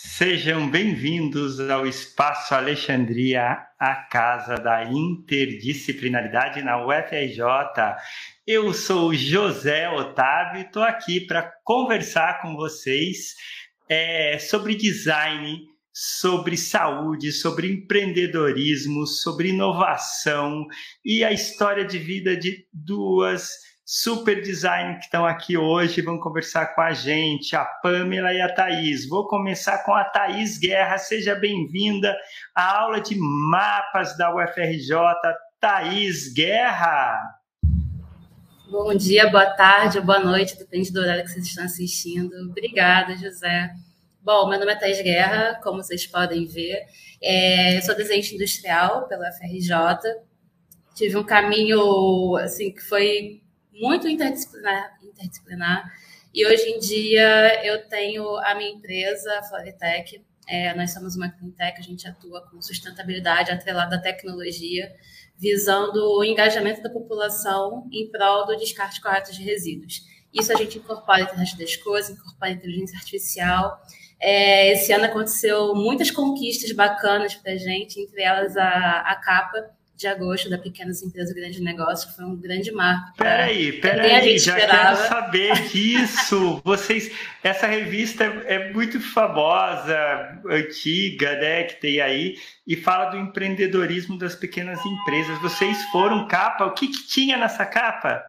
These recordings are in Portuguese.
Sejam bem-vindos ao Espaço Alexandria, a casa da interdisciplinaridade na UFRJ. Eu sou José Otávio e estou aqui para conversar com vocês sobre design, sobre saúde, sobre empreendedorismo, sobre inovação e a história de vida de duas super design que estão aqui hoje, vão conversar com a gente, a Pamela e a Thaís. Vou começar com a Thaís Guerra, seja bem-vinda à aula de mapas da UFRJ. Thaís Guerra. Bom dia, boa tarde, boa noite, depende do horário que vocês estão assistindo. Obrigada, José. Bom, meu nome é Thaís Guerra, como vocês podem ver. Eu sou desenhista industrial pela UFRJ. Tive um caminho assim, que foi muito interdisciplinar. E hoje em dia eu tenho a minha empresa, a Floretec. Nós somos uma cleantech, a gente atua com sustentabilidade atrelada à tecnologia, visando o engajamento da população em prol do descarte correto de resíduos. Isso a gente incorpora a internet das coisas, incorpora a inteligência artificial. Esse ano aconteceu muitas conquistas bacanas para a gente, entre elas a capa de agosto da Pequenas Empresas Grandes Negócios, que foi um grande marco. Peraí, já quero saber disso. Essa revista é muito famosa, antiga, né, que tem aí, e fala do empreendedorismo das pequenas empresas. Vocês foram capa, o que tinha nessa capa?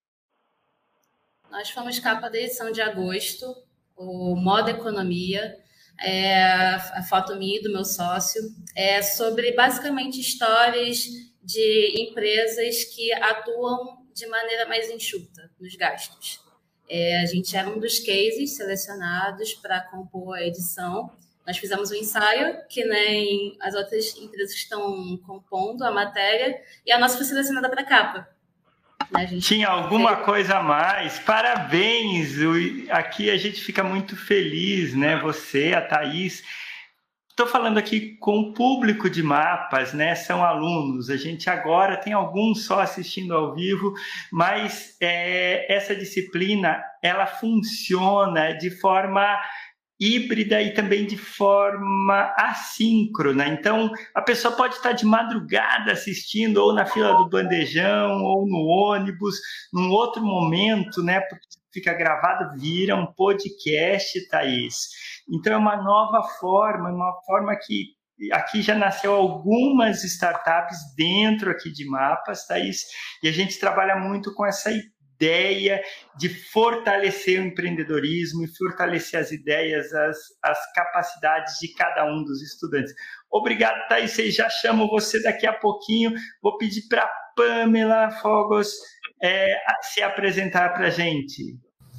Nós fomos capa da edição de agosto, o Moda Economia, a foto minha e do meu sócio, sobre basicamente histórias de empresas que atuam de maneira mais enxuta nos gastos. A gente era um dos cases selecionados para compor a edição. Nós fizemos um ensaio, que nem as outras empresas que estão compondo a matéria, e a nossa foi selecionada para capa. Tinha alguma coisa a mais? Parabéns! Aqui a gente fica muito feliz, né? Você, a Thaís. Estou falando aqui com o público de mapas, né? São alunos. A gente agora tem alguns só assistindo ao vivo, mas essa disciplina ela funciona de forma híbrida e também de forma assíncrona. Então, a pessoa pode estar de madrugada assistindo, ou na fila do bandejão, ou no ônibus, num outro momento, né? Porque fica gravado, vira um podcast, Thaís. Então, é uma nova forma, uma forma que aqui já nasceu algumas startups dentro aqui de mapas, Thaís, e a gente trabalha muito com essa ideia de fortalecer o empreendedorismo e fortalecer as ideias, as capacidades de cada um dos estudantes. Obrigado, Thaís, já chamo você daqui a pouquinho. Vou pedir para a Pamela Fogos se apresentar para a gente.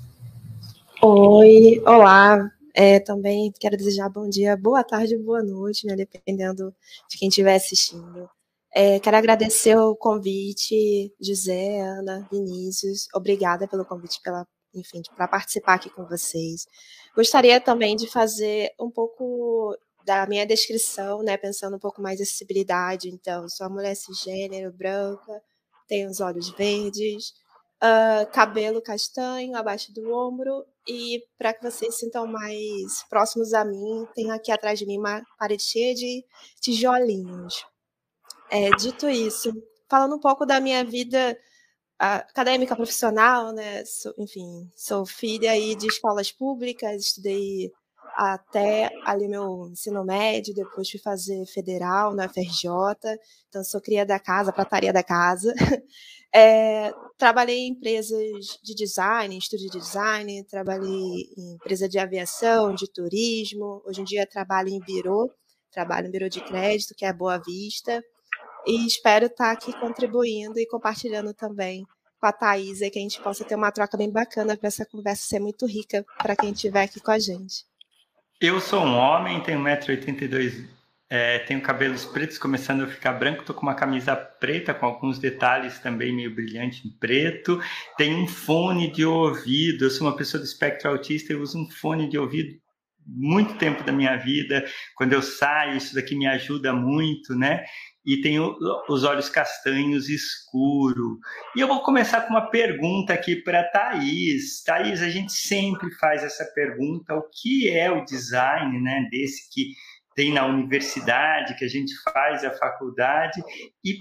Oi, olá. Também quero desejar bom dia, boa tarde, boa noite, né, dependendo de quem estiver assistindo. Quero agradecer o convite, José, Ana, Vinícius. Obrigada pelo convite, para participar aqui com vocês. Gostaria também de fazer um pouco da minha descrição, né, pensando um pouco mais em acessibilidade. Então, sou uma mulher cisgênero, branca, tenho os olhos verdes, cabelo castanho abaixo do ombro, e para que vocês se sintam mais próximos a mim, tenho aqui atrás de mim uma parede cheia de tijolinhos. Dito isso, falando um pouco da minha vida acadêmica, profissional, né? Sou filha aí de escolas públicas, estudei até ali meu ensino médio, depois fui fazer federal na UFRJ, então sou cria da casa, prataria da casa. Trabalhei em empresas de design, estúdio de design, trabalhei em empresa de aviação, de turismo, hoje em dia trabalho em birô de crédito, que é a Boa Vista, e espero estar aqui contribuindo e compartilhando também com a Thaís, e que a gente possa ter uma troca bem bacana para essa conversa ser muito rica para quem estiver aqui com a gente. Eu sou um homem, tenho 1,82 m, tenho cabelos pretos começando a ficar branco, estou com uma camisa preta com alguns detalhes também meio brilhante em preto, tenho um fone de ouvido, eu sou uma pessoa do espectro autista e uso um fone de ouvido muito tempo da minha vida. Quando eu saio, isso daqui me ajuda muito, né? E tenho os olhos castanhos escuro. E eu vou começar com uma pergunta aqui para a Thaís. Thaís, a gente sempre faz essa pergunta: o que é o design, né? Desse que tem na universidade, que a gente faz a faculdade, e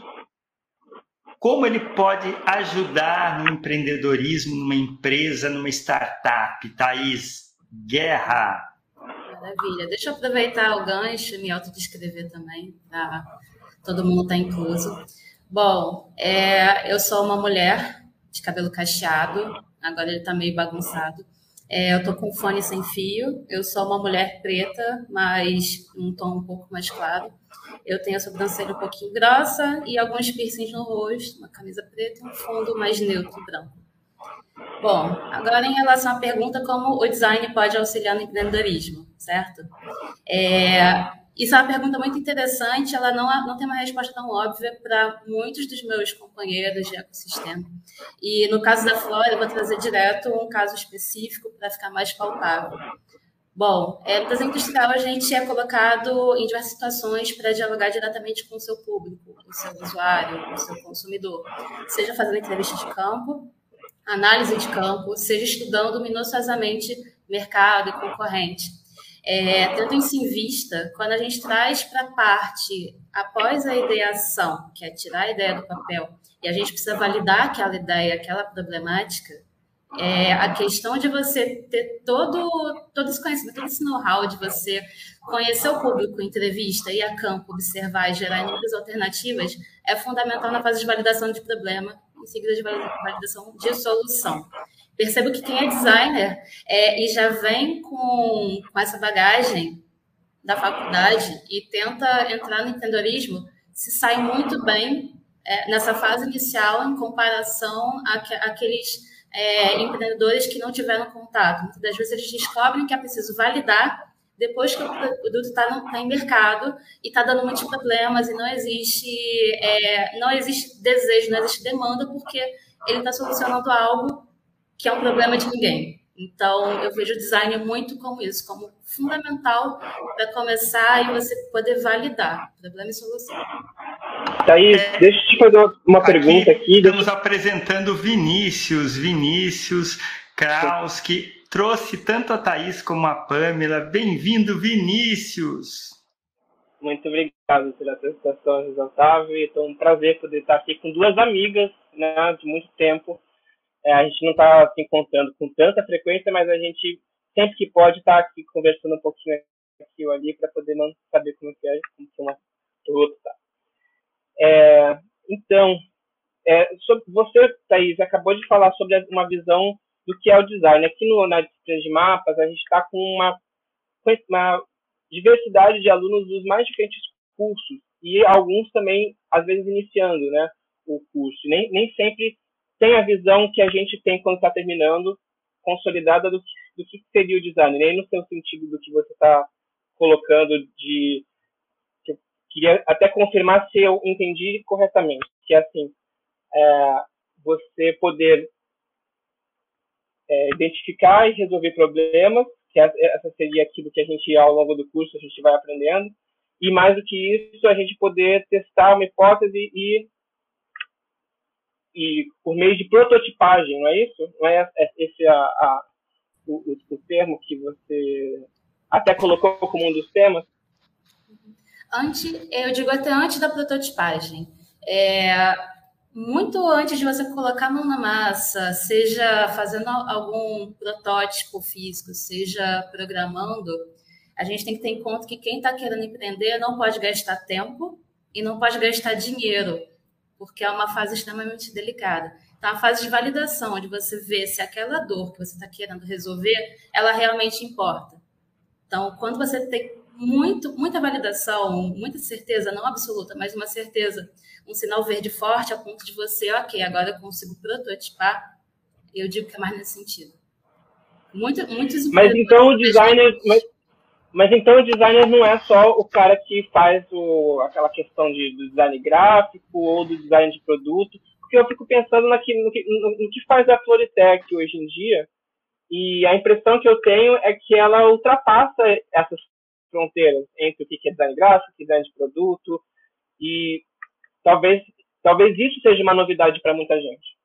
como ele pode ajudar no empreendedorismo, numa empresa, numa startup? Thaís Guerra. Maravilha. Deixa eu aproveitar o gancho e me autodescrever também, tá? Todo mundo está incluso. Bom, eu sou uma mulher de cabelo cacheado, agora ele está meio bagunçado. Eu estou com fone sem fio, eu sou uma mulher preta, mas um tom um pouco mais claro. Eu tenho a sobrancelha um pouquinho grossa e alguns piercings no rosto, uma camisa preta e um fundo mais neutro, branco. Bom, agora em relação à pergunta como o design pode auxiliar no empreendedorismo, certo? Isso é uma pergunta muito interessante, ela não tem uma resposta tão óbvia para muitos dos meus companheiros de ecossistema. E no caso da Flora, eu vou trazer direto um caso específico para ficar mais palpável. Bom, no desenho industrial a gente é colocado em diversas situações para dialogar diretamente com o seu público, o seu usuário, o seu consumidor, seja fazendo entrevista de campo, análise de campo, seja estudando minuciosamente mercado e concorrente. Tendo isso em vista, quando a gente traz para a parte após a ideação, que é tirar a ideia do papel, e a gente precisa validar aquela ideia, aquela problemática, a questão de você ter todo esse conhecimento, todo esse know-how de você conhecer o público, entrevista, ir a campo, observar e gerar inúmeras alternativas é fundamental na fase de validação de problema, em seguida de validação de solução. Percebo que quem é designer e já vem com essa bagagem da faculdade e tenta entrar no empreendedorismo, se sai muito bem nessa fase inicial em comparação àqueles empreendedores que não tiveram contato. Muitas das vezes eles descobrem que é preciso validar depois que o produto está em mercado e está dando muitos problemas e não existe desejo, não existe demanda, porque ele está solucionando algo que é um problema de ninguém. Então, eu vejo o design muito como isso, como fundamental para começar e você poder validar problema e solução. Thaís, deixa eu te fazer uma pergunta aqui. Estamos apresentando Vinícius Kraus, que trouxe tanto a Thaís como a Pamela. Bem-vindo, Vinícius! Muito obrigado pela apresentação, Otávio. Então, é um prazer poder estar aqui com duas amigas, né, de muito tempo. A gente não está se encontrando com tanta frequência, mas a gente sempre que pode estar aqui conversando um pouquinho aqui ou ali para poder saber como que é, como que uma outra. Tá? Então, você, Thaís, acabou de falar sobre uma visão do que é o design. Aqui na disciplina de mapas, a gente está com uma diversidade de alunos dos mais diferentes cursos e alguns também, às vezes, iniciando, né, o curso. Nem sempre tem a visão que a gente tem quando está terminando, consolidada do que seria o design, nem no seu sentido do que você está colocando eu queria até confirmar se eu entendi corretamente, que é assim, você poder identificar e resolver problemas, que essa seria aquilo que a gente, ao longo do curso, a gente vai aprendendo, e mais do que isso, a gente poder testar uma hipótese e por meio de prototipagem, não é isso? Não é esse o termo que você até colocou como um dos temas? Eu digo até antes da prototipagem. Muito antes de você colocar a mão na massa, seja fazendo algum protótipo físico, seja programando, a gente tem que ter em conta que quem está querendo empreender não pode gastar tempo e não pode gastar dinheiro, porque é uma fase extremamente delicada. Então, a fase de validação, onde você vê se aquela dor que você está querendo resolver, ela realmente importa. Então, quando você tem muita validação, muita certeza, não absoluta, mas uma certeza, um sinal verde forte a ponto de você, ok, agora eu consigo prototipar, eu digo que é mais nesse sentido. Muitos mas então o designer... Mas então o designer não é só o cara que faz aquela questão do design gráfico ou do design de produto, porque eu fico pensando no que faz a Floritec hoje em dia, E a impressão que eu tenho é que ela ultrapassa essas fronteiras entre o que é design gráfico, o que é design de produto, e talvez isso seja uma novidade para muita gente.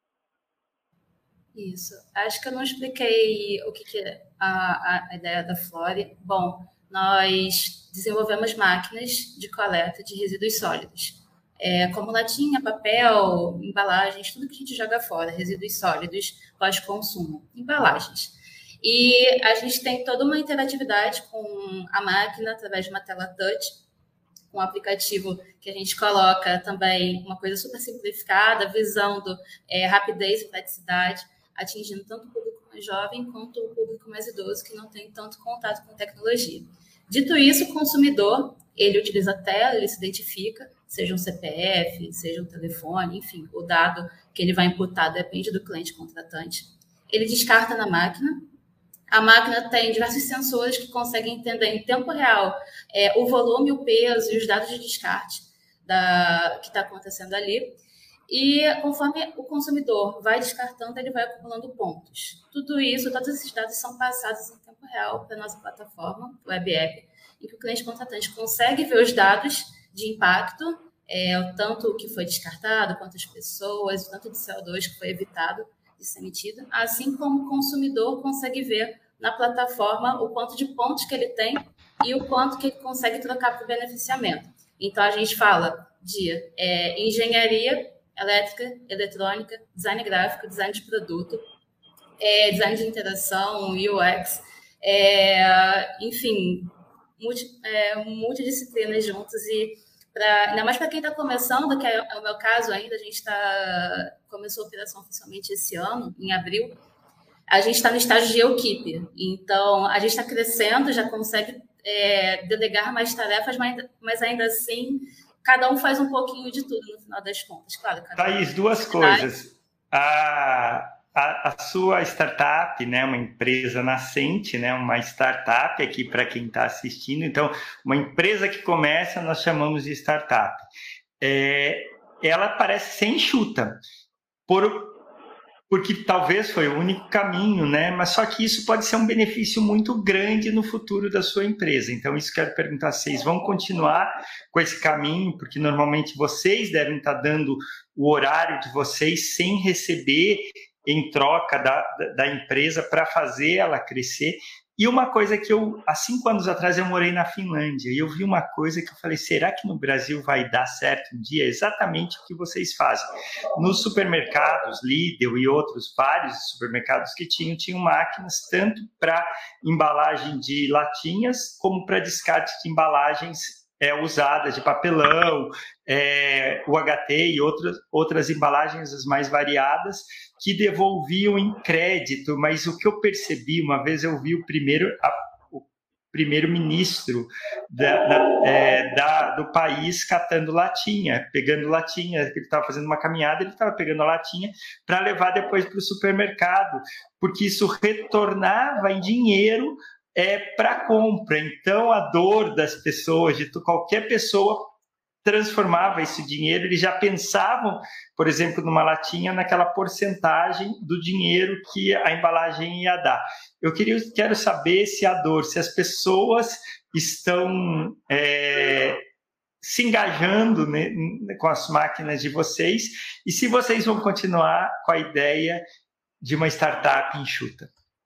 Isso. Acho que eu não expliquei o que é a ideia da Flore. Bom, nós desenvolvemos máquinas de coleta de resíduos sólidos, como latinha, papel, embalagens, tudo que a gente joga fora, resíduos sólidos pós-consumo, embalagens. E a gente tem toda uma interatividade com a máquina através de uma tela touch, um aplicativo que a gente coloca também uma coisa super simplificada, visando rapidez e praticidade, atingindo tanto o público mais jovem quanto o público mais idoso que não tem tanto contato com tecnologia. Dito isso, o consumidor, ele utiliza a tela, ele se identifica, seja um CPF, seja um telefone, enfim, o dado que ele vai imputar depende do cliente contratante. Ele descarta na máquina. A máquina tem diversos sensores que conseguem entender em tempo real o volume, o peso e os dados de descarte que está acontecendo ali. E conforme o consumidor vai descartando, ele vai acumulando pontos. Tudo isso, todos esses dados são passados em tempo real para a nossa plataforma, web app, em que o cliente contratante consegue ver os dados de impacto, tanto o que foi descartado, quantas pessoas, o tanto de CO2 que foi evitado de ser emitido, assim como o consumidor consegue ver na plataforma o quanto de pontos que ele tem e o quanto que ele consegue trocar para o beneficiamento. Então, a gente fala de engenharia elétrica, eletrônica, design gráfico, design de produto, design de interação, UX, enfim, multidisciplinas juntas. E ainda mais para quem está começando, que é o meu caso ainda, a gente começou a operação oficialmente esse ano, em abril, a gente está no estágio de equipe. Então, a gente está crescendo, já consegue delegar mais tarefas, mas ainda assim, cada um faz um pouquinho de tudo no final das contas. Claro, Thaís, duas coisas. A sua startup, né, uma empresa nascente, né, uma startup aqui para quem está assistindo. Então, uma empresa que começa, nós chamamos de startup. Ela parece ser enxuta, porque talvez foi o único caminho, né? Mas só que isso pode ser um benefício muito grande no futuro da sua empresa. Então, isso quero perguntar se vocês vão continuar com esse caminho, porque normalmente vocês devem estar dando o horário de vocês sem receber em troca da empresa para fazer ela crescer. E uma coisa que há 5 anos atrás, eu morei na Finlândia e eu vi uma coisa que eu falei, será que no Brasil vai dar certo um dia? Exatamente o que vocês fazem. Nos supermercados, Lidl e outros vários supermercados que tinham máquinas tanto para embalagem de latinhas como para descarte de embalagens usadas de papelão, UHT e outras embalagens as mais variadas, que devolviam em crédito. Mas o que eu percebi, uma vez eu vi o primeiro-ministro do país catando latinha, pegando latinha, ele estava fazendo uma caminhada, ele estava pegando a latinha para levar depois para o supermercado, porque isso retornava em dinheiro para compra. Então, a dor das pessoas, qualquer pessoa transformava esse dinheiro, eles já pensavam, por exemplo, numa latinha, naquela porcentagem do dinheiro que a embalagem ia dar. Quero saber se as pessoas estão se engajando, né, com as máquinas de vocês, e se vocês vão continuar com a ideia de uma startup enxuta.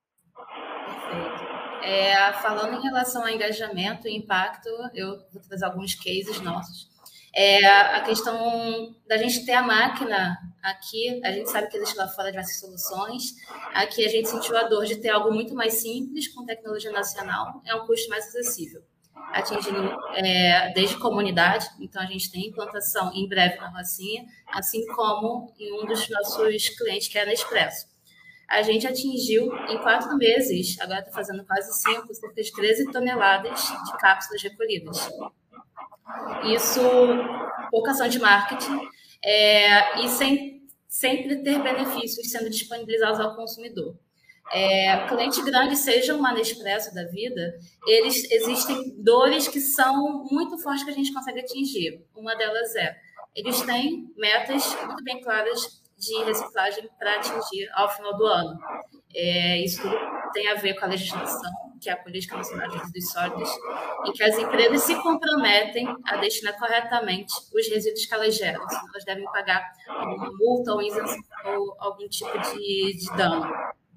Falando em relação ao engajamento e impacto, eu vou trazer alguns cases nossos. A questão da gente ter a máquina aqui, a gente sabe que existe lá fora diversas soluções. Aqui a gente sentiu a dor de ter algo muito mais simples, com tecnologia nacional, um custo mais acessível, atingindo desde comunidade. Então, a gente tem implantação em breve na Rocinha, assim como em um dos nossos clientes, que é a Nespresso. A gente atingiu, em 4 meses, agora está fazendo quase 5, cerca de 13 toneladas de cápsulas recolhidas. Isso, pouca ação de marketing, e sem sempre ter benefícios sendo disponibilizados ao consumidor. Cliente grande, seja uma Nespresso da vida, existem dores que são muito fortes que a gente consegue atingir. Uma delas eles têm metas muito bem claras de reciclagem para atingir ao final do ano. Isso tudo tem a ver com a legislação, que é a Política Nacional de Resíduos Sólidos, em que as empresas se comprometem a destinar corretamente os resíduos que elas geram, senão elas devem pagar alguma multa ou isenção ou algum tipo de dano.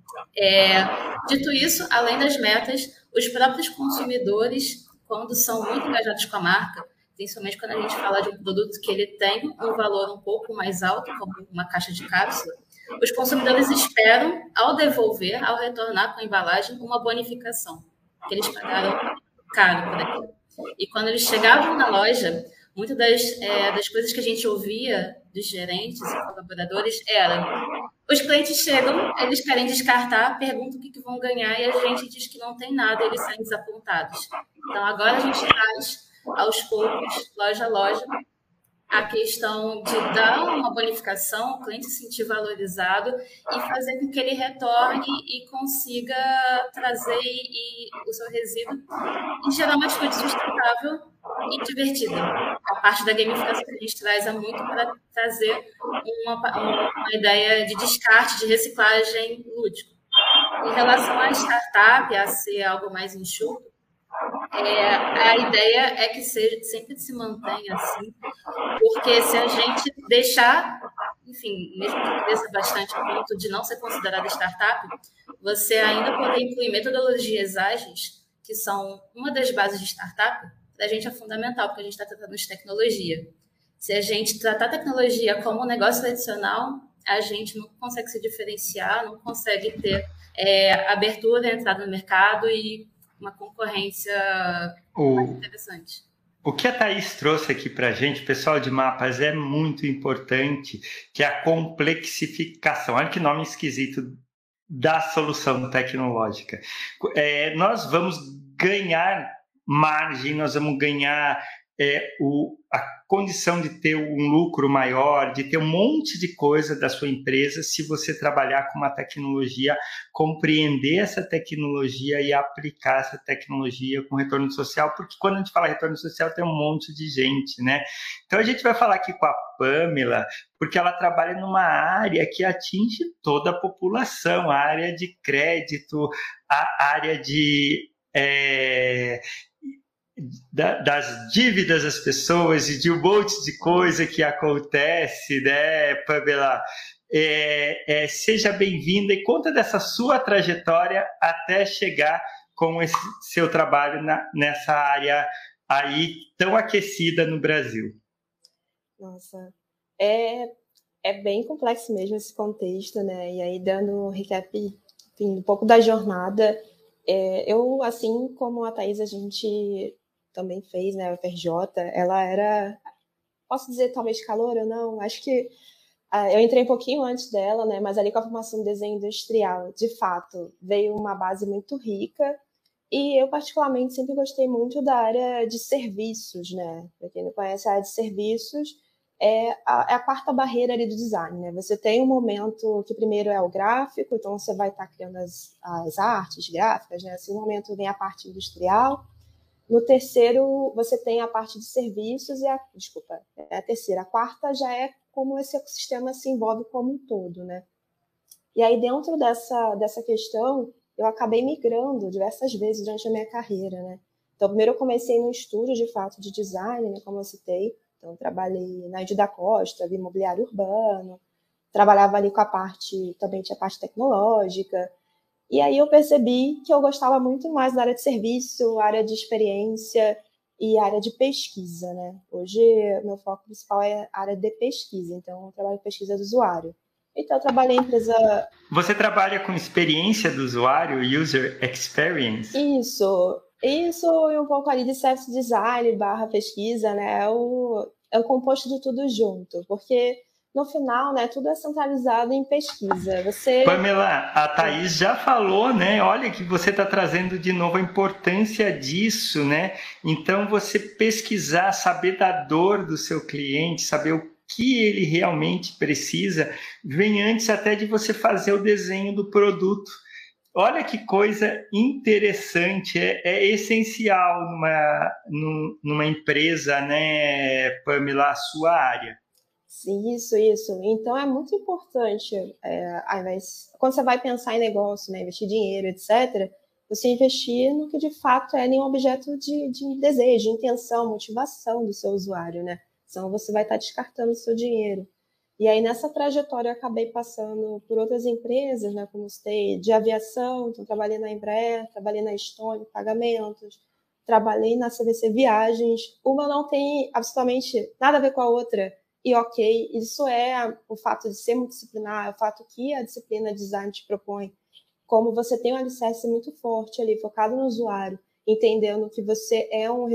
Dito isso, além das metas, os próprios consumidores, quando são muito engajados com a marca, principalmente quando a gente fala de um produto que ele tem um valor um pouco mais alto, como uma caixa de cápsula, os consumidores esperam, ao devolver, ao retornar com a embalagem, uma bonificação, que eles pagaram caro por aquilo. E quando eles chegavam na loja, muitas das coisas que a gente ouvia dos gerentes e colaboradores era: os clientes chegam, eles querem descartar, perguntam o que vão ganhar e a gente diz que não tem nada, eles saem desapontados. Então, agora a gente traz, aos poucos, loja a loja, a questão de dar uma bonificação, o cliente se sentir valorizado e fazer com que ele retorne e consiga trazer o seu resíduo e gerar uma atitude sustentável e divertida. A parte da gamificação que a gente traz é muito para trazer uma ideia de descarte, de reciclagem lúdico. Em relação à startup, a ser algo mais enxuto, a ideia é que sempre se mantenha assim, porque se a gente deixar, enfim, mesmo que cresça bastante a ponto de não ser considerada startup, você ainda poder incluir metodologias ágeis, que são uma das bases de startup, para a gente é fundamental, porque a gente está tratando de tecnologia. Se a gente tratar a tecnologia como um negócio tradicional, a gente não consegue se diferenciar, não consegue ter abertura, entrada no mercado e uma concorrência mais interessante. O que a Thaís trouxe aqui para a gente, pessoal de mapas, é muito importante, que é a complexificação. Olha que nome esquisito da solução tecnológica. Nós vamos ganhar margem, nós vamos ganhar a condição de ter um lucro maior, de ter um monte de coisa da sua empresa se você trabalhar com uma tecnologia, compreender essa tecnologia e aplicar essa tecnologia com retorno social, porque quando a gente fala retorno social tem um monte de gente, né? Então a gente vai falar aqui com a Pamela, porque ela trabalha numa área que atinge toda a população, a área de crédito, a área das dívidas das pessoas e de um monte de coisa que acontece, né, Pamela? Seja bem-vinda e conta dessa sua trajetória até chegar com esse seu trabalho nessa área aí tão aquecida no Brasil. Nossa, é bem complexo mesmo esse contexto, né? E aí, dando um recap, enfim, um pouco da jornada, eu, assim como a Thaís, a gente também fez, né, a UFRJ, ela era, posso dizer, talvez caloura, não, acho que eu entrei um pouquinho antes dela, né, mas ali com a formação de desenho industrial, de fato, veio uma base muito rica, e eu particularmente sempre gostei muito da área de serviços, né, para quem não conhece, a área de serviços é a quarta barreira ali do design, né, você tem um momento que primeiro é o gráfico, então você vai estar criando as artes gráficas, né, assim, no momento vem a parte industrial. No terceiro, você tem a parte de serviços e a terceira. A quarta já é como esse ecossistema se envolve como um todo, né? E aí, dentro dessa questão, eu acabei migrando diversas vezes durante a minha carreira, né? Então, primeiro eu comecei no estúdio, de fato, de design, né, como eu citei. Então, trabalhei na Edi da Costa, de imobiliário urbano. Trabalhava ali com também tinha a parte tecnológica. E aí eu percebi que eu gostava muito mais da área de serviço, área de experiência e área de pesquisa, né? Hoje, meu foco principal é a área de pesquisa, então eu trabalho em pesquisa do usuário. Então, eu trabalhei em empresa... Você trabalha com experiência do usuário, user experience? Isso e um pouco ali de service design / pesquisa, né? É o composto de tudo junto, porque... No final, né, tudo é centralizado em pesquisa. Pamela, a Thaís já falou, né? Olha que você está trazendo de novo a importância disso, né? Então, você pesquisar, saber da dor do seu cliente, saber o que ele realmente precisa, vem antes até de você fazer o desenho do produto. Olha que coisa interessante, é essencial numa empresa, né, Pamela, a sua área. Sim, isso. Então é muito importante, quando você vai pensar em negócio, né, investir dinheiro, etc., você investir no que de fato é nenhum objeto de desejo, de intenção, motivação do seu usuário, né? Senão você vai estar descartando o seu dinheiro. E aí, nessa trajetória, eu acabei passando por outras empresas, né, como sei, de aviação, então trabalhei na Embraer, trabalhei na Stone, pagamentos, trabalhei na CVC Viagens. Uma não tem absolutamente nada a ver com a outra. E ok, isso é o fato de ser multidisciplinar, é o fato que a disciplina design te propõe. Como você tem um alicerce muito forte ali, focado no usuário, entendendo que você é um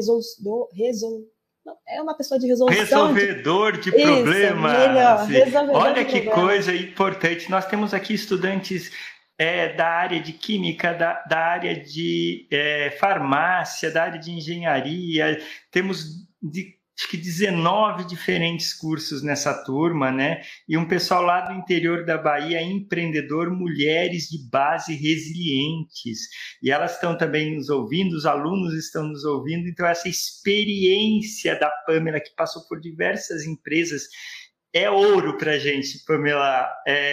é uma pessoa de resolução. Resolvedor de Isso, problemas. melhor, resolvedor Olha de que problemas. coisa importante. Nós temos aqui estudantes da área de química, da área de farmácia, da área de engenharia. Temos acho que 19 diferentes cursos nessa turma, né? E um pessoal lá do interior da Bahia, empreendedor, mulheres de base resilientes. E elas estão também nos ouvindo, os alunos estão nos ouvindo. Então, essa experiência da Pamela, que passou por diversas empresas, é ouro para a gente, Pamela.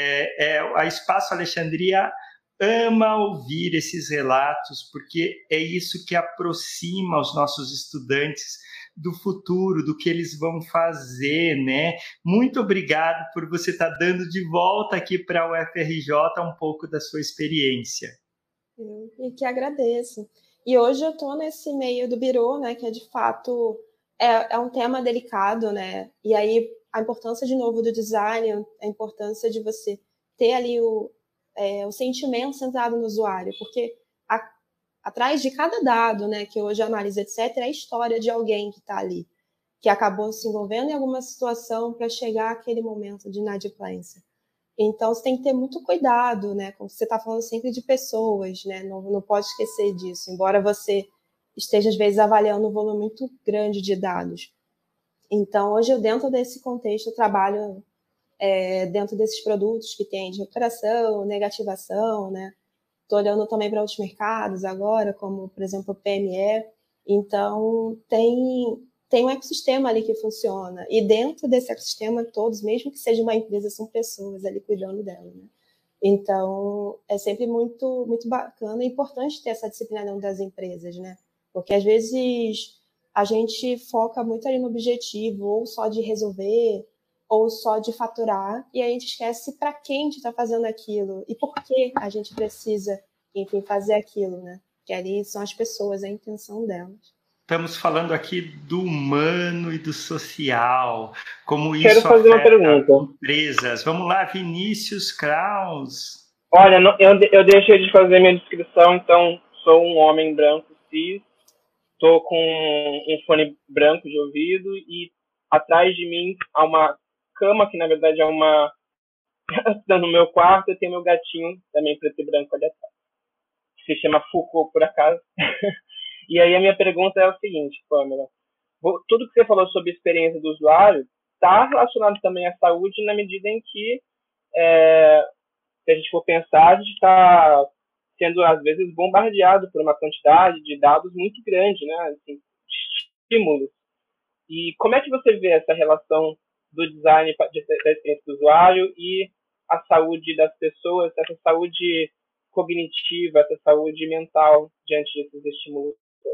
A Espaço Alexandria ama ouvir esses relatos, porque é isso que aproxima os nossos estudantes do futuro, do que eles vão fazer, né? Muito obrigado por você estar dando de volta aqui para a UFRJ um pouco da sua experiência. Eu que agradeço. E hoje eu estou nesse meio do birô, né, que é de fato um tema delicado, né? E aí a importância de novo do design, a importância de você ter ali o sentimento centrado no usuário, porque atrás de cada dado, né, que hoje analisa, etc., é a história de alguém que está ali, que acabou se envolvendo em alguma situação para chegar àquele momento de inadimplência. Então, você tem que ter muito cuidado, né? Como você está falando sempre de pessoas, né? Não pode esquecer disso, embora você esteja, às vezes, avaliando um volume muito grande de dados. Então, hoje, dentro desse contexto, eu trabalho dentro desses produtos que tem de recuperação, negativação, né? Estou olhando também para outros mercados agora, como, por exemplo, o PME. Então, tem um ecossistema ali que funciona. E dentro desse ecossistema, todos, mesmo que seja uma empresa, são pessoas ali cuidando dela, né? Então, é sempre muito, muito bacana e importante ter essa disciplina dentro das empresas, né? Porque, às vezes, a gente foca muito ali no objetivo, ou só de resolver, ou só de faturar, e a gente esquece para quem a gente está fazendo aquilo e por que a gente precisa, enfim, fazer aquilo, né? Que ali são as pessoas, a intenção delas. Estamos falando aqui do humano e do social, como Quero isso fazer uma afeta pergunta. empresas. Vamos lá, Vinícius Kraus. Olha, eu deixei de fazer minha descrição, então sou um homem branco cis, estou com um fone branco de ouvido e atrás de mim há uma cama, que na verdade é uma... no meu quarto eu tenho meu gatinho, também preto e branco ali atrás, que se chama Foucault, por acaso. E aí a minha pergunta é o seguinte, Pamela. Tudo que você falou sobre a experiência do usuário está relacionado também à saúde na medida em que, se a gente for pensar, a gente está sendo, às vezes, bombardeado por uma quantidade de dados muito grande, né? Assim, estímulos. E como é que você vê essa relação do design da experiência do usuário e a saúde das pessoas, essa saúde cognitiva, essa saúde mental diante desses estímulos?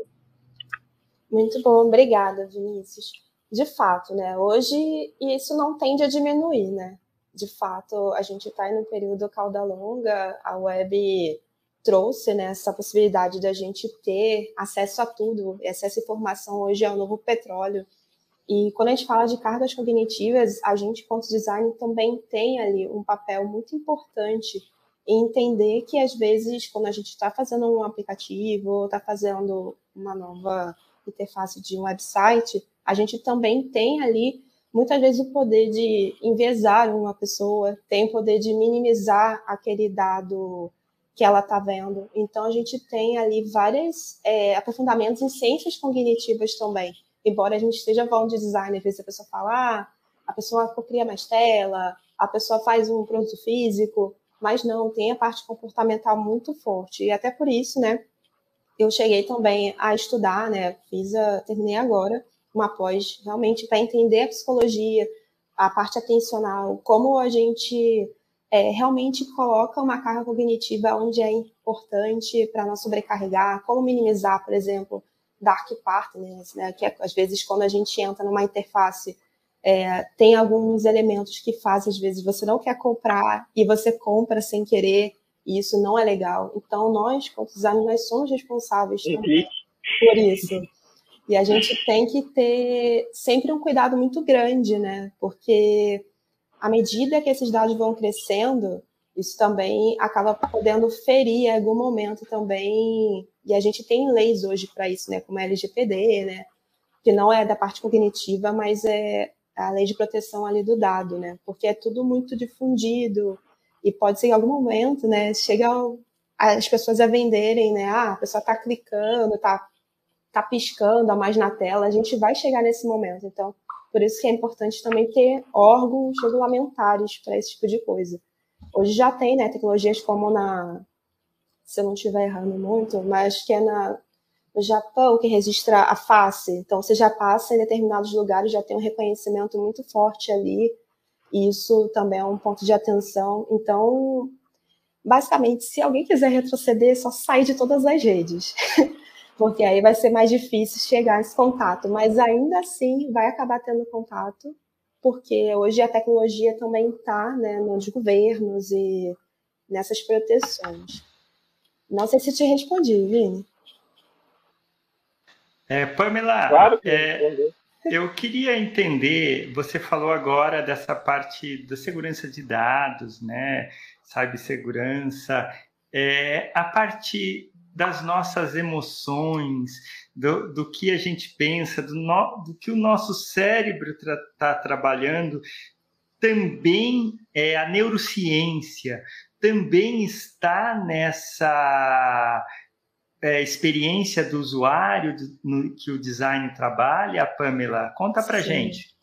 Muito bom, obrigada, Vinícius. De fato, né? Hoje isso não tende a diminuir, né? De fato, a gente está em um período cauda longa, a web trouxe, né, essa possibilidade de a gente ter acesso a tudo, acesso à informação hoje é o novo petróleo. E quando a gente fala de cargas cognitivas, a gente, quanto design, também tem ali um papel muito importante em entender que, às vezes, quando a gente está fazendo um aplicativo ou está fazendo uma nova interface de um website, a gente também tem ali, muitas vezes, o poder de enviesar uma pessoa, tem o poder de minimizar aquele dado que ela está vendo. Então, a gente tem ali vários aprofundamentos em ciências cognitivas também. Embora a gente esteja falando de design, às vezes a pessoa fala, a pessoa cria mais tela, a pessoa faz um produto físico, mas não, tem a parte comportamental muito forte. E até por isso, né, eu cheguei também a estudar, né, terminei agora uma pós realmente para entender a psicologia, a parte atencional, como a gente realmente coloca uma carga cognitiva onde é importante para não sobrecarregar, como minimizar, por exemplo, dark partners, né, que às vezes quando a gente entra numa interface, tem alguns elementos que fazem, às vezes, você não quer comprar e você compra sem querer, e isso não é legal. Então, nós, como designers, nós somos responsáveis também por isso. E a gente tem que ter sempre um cuidado muito grande, né? Porque à medida que esses dados vão crescendo, isso também acaba podendo ferir em algum momento também. E a gente tem leis hoje para isso, né? Como a LGPD, né? Que não é da parte cognitiva, mas é a lei de proteção ali do dado, né? Porque é tudo muito difundido e pode ser em algum momento, né? Chega as pessoas a venderem, né? A pessoa está clicando, tá piscando a mais na tela, a gente vai chegar nesse momento. Então, por isso que é importante também ter órgãos regulamentares para esse tipo de coisa. Hoje já tem, né, tecnologias como se eu não estiver errando muito, mas que é no Japão que registra a face. Então, você já passa em determinados lugares, já tem um reconhecimento muito forte ali, e isso também é um ponto de atenção. Então, basicamente, se alguém quiser retroceder, é só sair de todas as redes. Porque aí vai ser mais difícil chegar nesse contato, mas ainda assim vai acabar tendo contato, porque hoje a tecnologia também está, né, nos governos e nessas proteções. Não sei se te respondi, Vini. Pamela, Claro que eu queria entender, você falou agora dessa parte da segurança de dados, né, cibersegurança, a parte das nossas emoções, do que a gente pensa, do que o nosso cérebro está trabalhando, também a neurociência também está nessa experiência do usuário que o design trabalha, Pamela? Conta pra gente.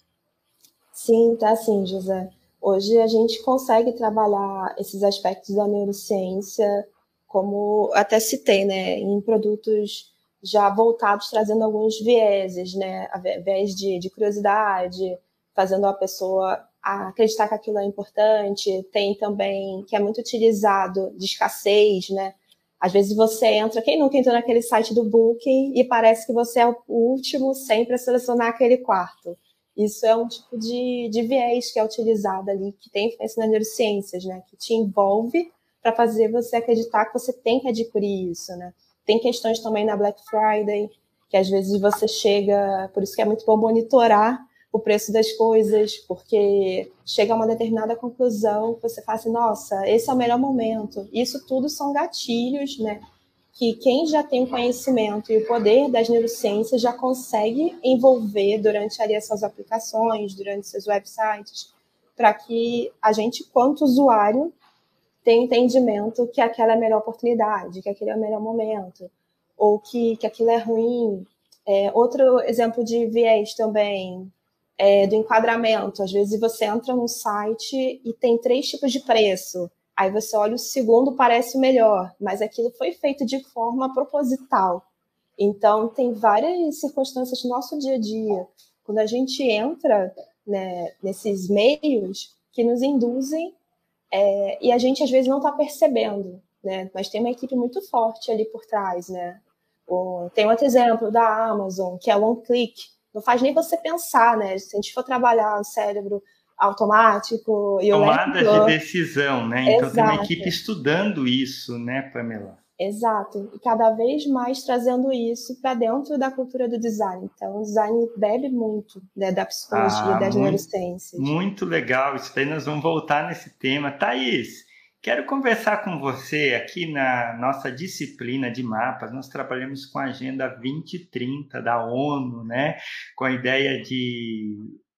Sim, tá sim, José. Hoje a gente consegue trabalhar esses aspectos da neurociência, como até citei, né, em produtos já voltados, trazendo alguns vieses, né, viés de curiosidade, fazendo a pessoa acreditar que aquilo é importante. Tem também, que é muito utilizado, de escassez, né, às vezes você entra, quem nunca entrou naquele site do Booking e parece que você é o último sempre a selecionar aquele quarto. Isso é um tipo de viés que é utilizado ali, que tem influência nas neurociências, né, que te envolve para fazer você acreditar que você tem que adquirir isso, né? Tem questões também na Black Friday, que às vezes você chega, por isso que é muito bom monitorar o preço das coisas, porque chega a uma determinada conclusão, você fala assim, nossa, esse é o melhor momento. Isso tudo são gatilhos, né? Que quem já tem o conhecimento e o poder das neurociências já consegue envolver durante ali as suas aplicações, durante seus websites, para que a gente, quanto usuário, tem entendimento que aquela é a melhor oportunidade, que aquele é o melhor momento, ou que aquilo é ruim. Outro exemplo de viés também do enquadramento. Às vezes você entra num site e tem 3 tipos de preço. Aí você olha o segundo, parece o melhor, mas aquilo foi feito de forma proposital. Então, tem várias circunstâncias no nosso dia a dia, quando a gente entra, né, nesses meios que nos induzem e a gente às vezes não está percebendo, né? Mas tem uma equipe muito forte ali por trás, né? Tem outro exemplo da Amazon, que é o One Click. Não faz nem você pensar, né? Se a gente for trabalhar o cérebro automático e tomada de decisão, né? Então Exato. Tem uma equipe estudando isso, né, Pamela? Exato, e cada vez mais trazendo isso para dentro da cultura do design. Então, o design bebe muito, né, da psicologia, das neurociências. Muito legal, isso daí nós vamos voltar nesse tema. Thaís, quero conversar com você aqui na nossa disciplina de mapas. Nós trabalhamos com a Agenda 2030 da ONU, né, com a ideia de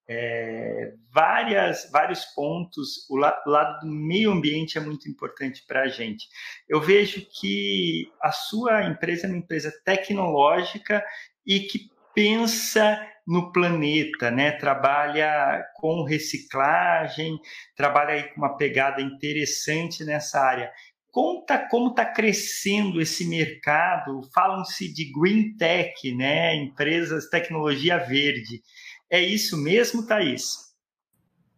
vários pontos. O lado do meio ambiente é muito importante para a gente. Eu vejo que a sua empresa é uma empresa tecnológica e que pensa no planeta, né? Trabalha com reciclagem, trabalha aí com uma pegada interessante nessa área. Conta como está crescendo esse mercado. Falam-se de green tech, né? Empresas, tecnologia verde. É isso mesmo, Thaís?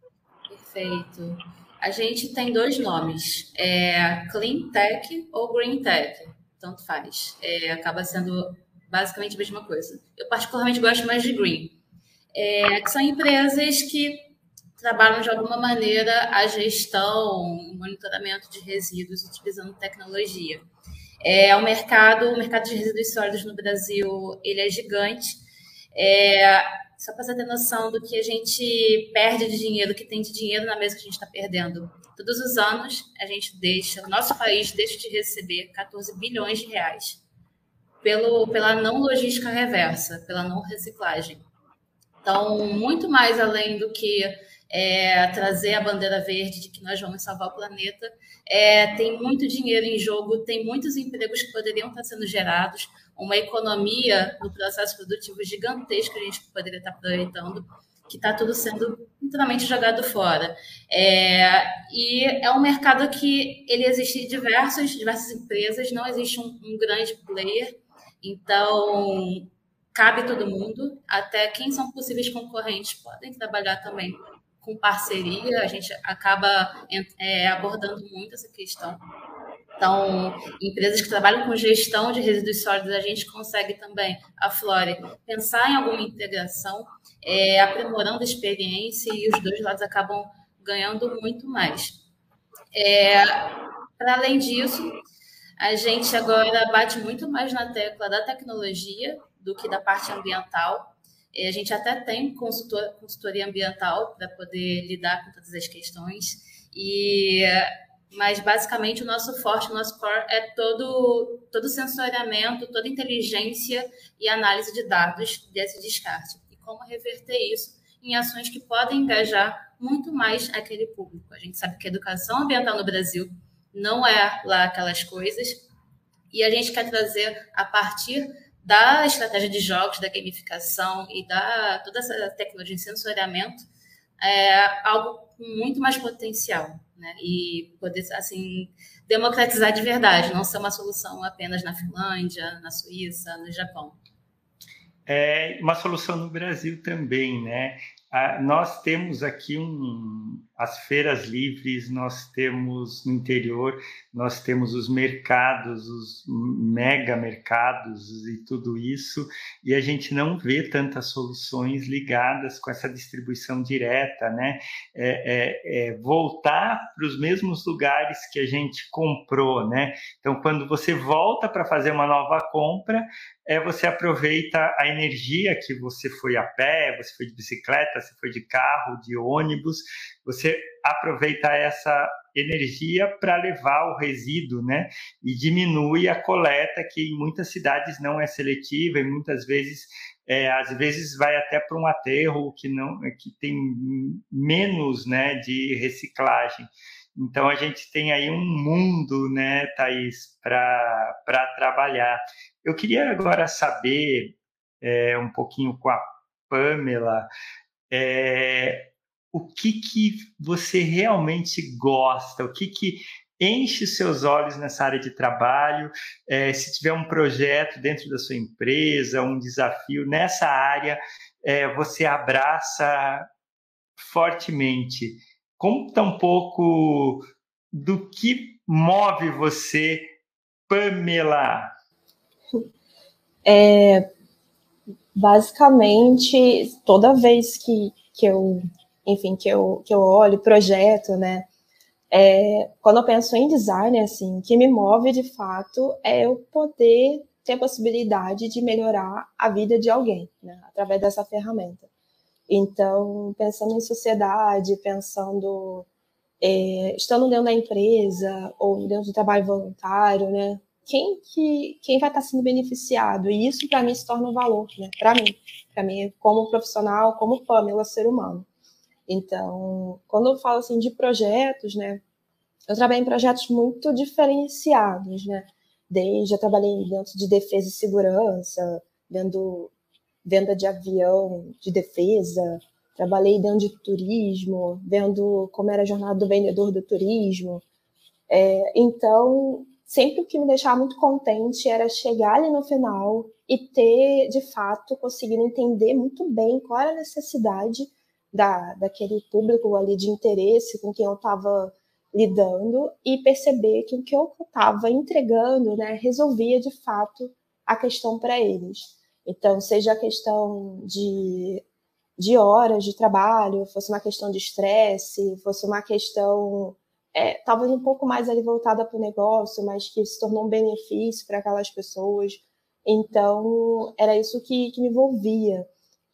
Perfeito. A gente tem 2 nomes, Clean Tech ou Green Tech, tanto faz. Acaba sendo basicamente a mesma coisa. Eu particularmente gosto mais de Green, que são empresas que trabalham de alguma maneira a gestão, o monitoramento de resíduos utilizando tecnologia. O mercado de resíduos sólidos no Brasil, ele é gigante. Só para você ter noção do que a gente perde de dinheiro, que tem de dinheiro na mesa que a gente está perdendo. Todos os anos, o nosso país deixa de receber 14 bilhões de reais pela não logística reversa, pela não reciclagem. Então, muito mais além do que trazer a bandeira verde de que nós vamos salvar o planeta, tem muito dinheiro em jogo, tem muitos empregos que poderiam estar sendo gerados, uma economia no processo produtivo gigantesco que a gente poderia estar aproveitando, que está tudo sendo literalmente jogado fora. E é um mercado que ele existe em diversas empresas, não existe um grande player, então cabe todo mundo, até quem são possíveis concorrentes podem trabalhar também com parceria, a gente acaba abordando muito essa questão. Então, empresas que trabalham com gestão de resíduos sólidos, a gente consegue também, a Flore, pensar em alguma integração, aprimorando a experiência e os 2 lados acabam ganhando muito mais. Para além disso, a gente agora bate muito mais na tecla da tecnologia do que da parte ambiental. A gente até tem consultoria ambiental para poder lidar com todas as questões, mas basicamente o nosso forte, o nosso core é todo sensoriamento, toda inteligência e análise de dados desse descarte. E como reverter isso em ações que podem engajar muito mais aquele público. A gente sabe que a educação ambiental no Brasil não é lá aquelas coisas, e a gente quer trazer, a partir da estratégia de jogos, da gamificação e toda essa tecnologia de sensoriamento, algo com muito mais potencial, né? E poder, assim, democratizar de verdade, não ser uma solução apenas na Finlândia, na Suíça, no Japão. Uma solução no Brasil também, né? Nós temos aqui as feiras livres, nós temos no interior, nós temos os mercados, os mega mercados e tudo isso, e a gente não vê tantas soluções ligadas com essa distribuição direta, né? Voltar para os mesmos lugares que a gente comprou, né? Então, quando você volta para fazer uma nova compra, você aproveita a energia que você foi a pé, você foi de bicicleta, você foi de carro, de ônibus, você aproveita essa energia para levar o resíduo, né? E diminui a coleta, que em muitas cidades não é seletiva e muitas vezes, às vezes vai até para um aterro que tem menos, né, de reciclagem. Então, a gente tem aí um mundo, né, Thaís, para trabalhar. Eu queria agora saber um pouquinho com a Pamela, o que você realmente gosta, o que enche os seus olhos nessa área de trabalho, se tiver um projeto dentro da sua empresa, um desafio nessa área, você abraça fortemente. Conta um pouco do que move você, Pamela. Basicamente, toda vez que eu olho projeto, né? Quando eu penso em design, assim, o que me move de fato é eu poder ter a possibilidade de melhorar a vida de alguém, né, através dessa ferramenta. Então, pensando em sociedade, estando dentro da empresa ou dentro do trabalho voluntário, né? Quem vai estar sendo beneficiado? E isso, para mim, se torna um valor, né? Para mim, como profissional, como Pamela, ser humano. Então, quando eu falo assim de projetos, né? Eu trabalhei em projetos muito diferenciados, né? Já trabalhei dentro de defesa e segurança, venda de avião de defesa, trabalhei dentro de turismo, vendo como era a jornada do vendedor do turismo. Então, sempre o que me deixava muito contente era chegar ali no final e ter, de fato, conseguido entender muito bem qual era a necessidade, daquele público ali de interesse com quem eu estava lidando e perceber que o que eu estava entregando, né, resolvia de fato a questão para eles. Então, seja a questão de horas de trabalho, fosse uma questão de estresse, fosse uma questão talvez um pouco mais ali voltada para o negócio, mas que se tornou um benefício para aquelas pessoas. Então, era isso que me envolvia.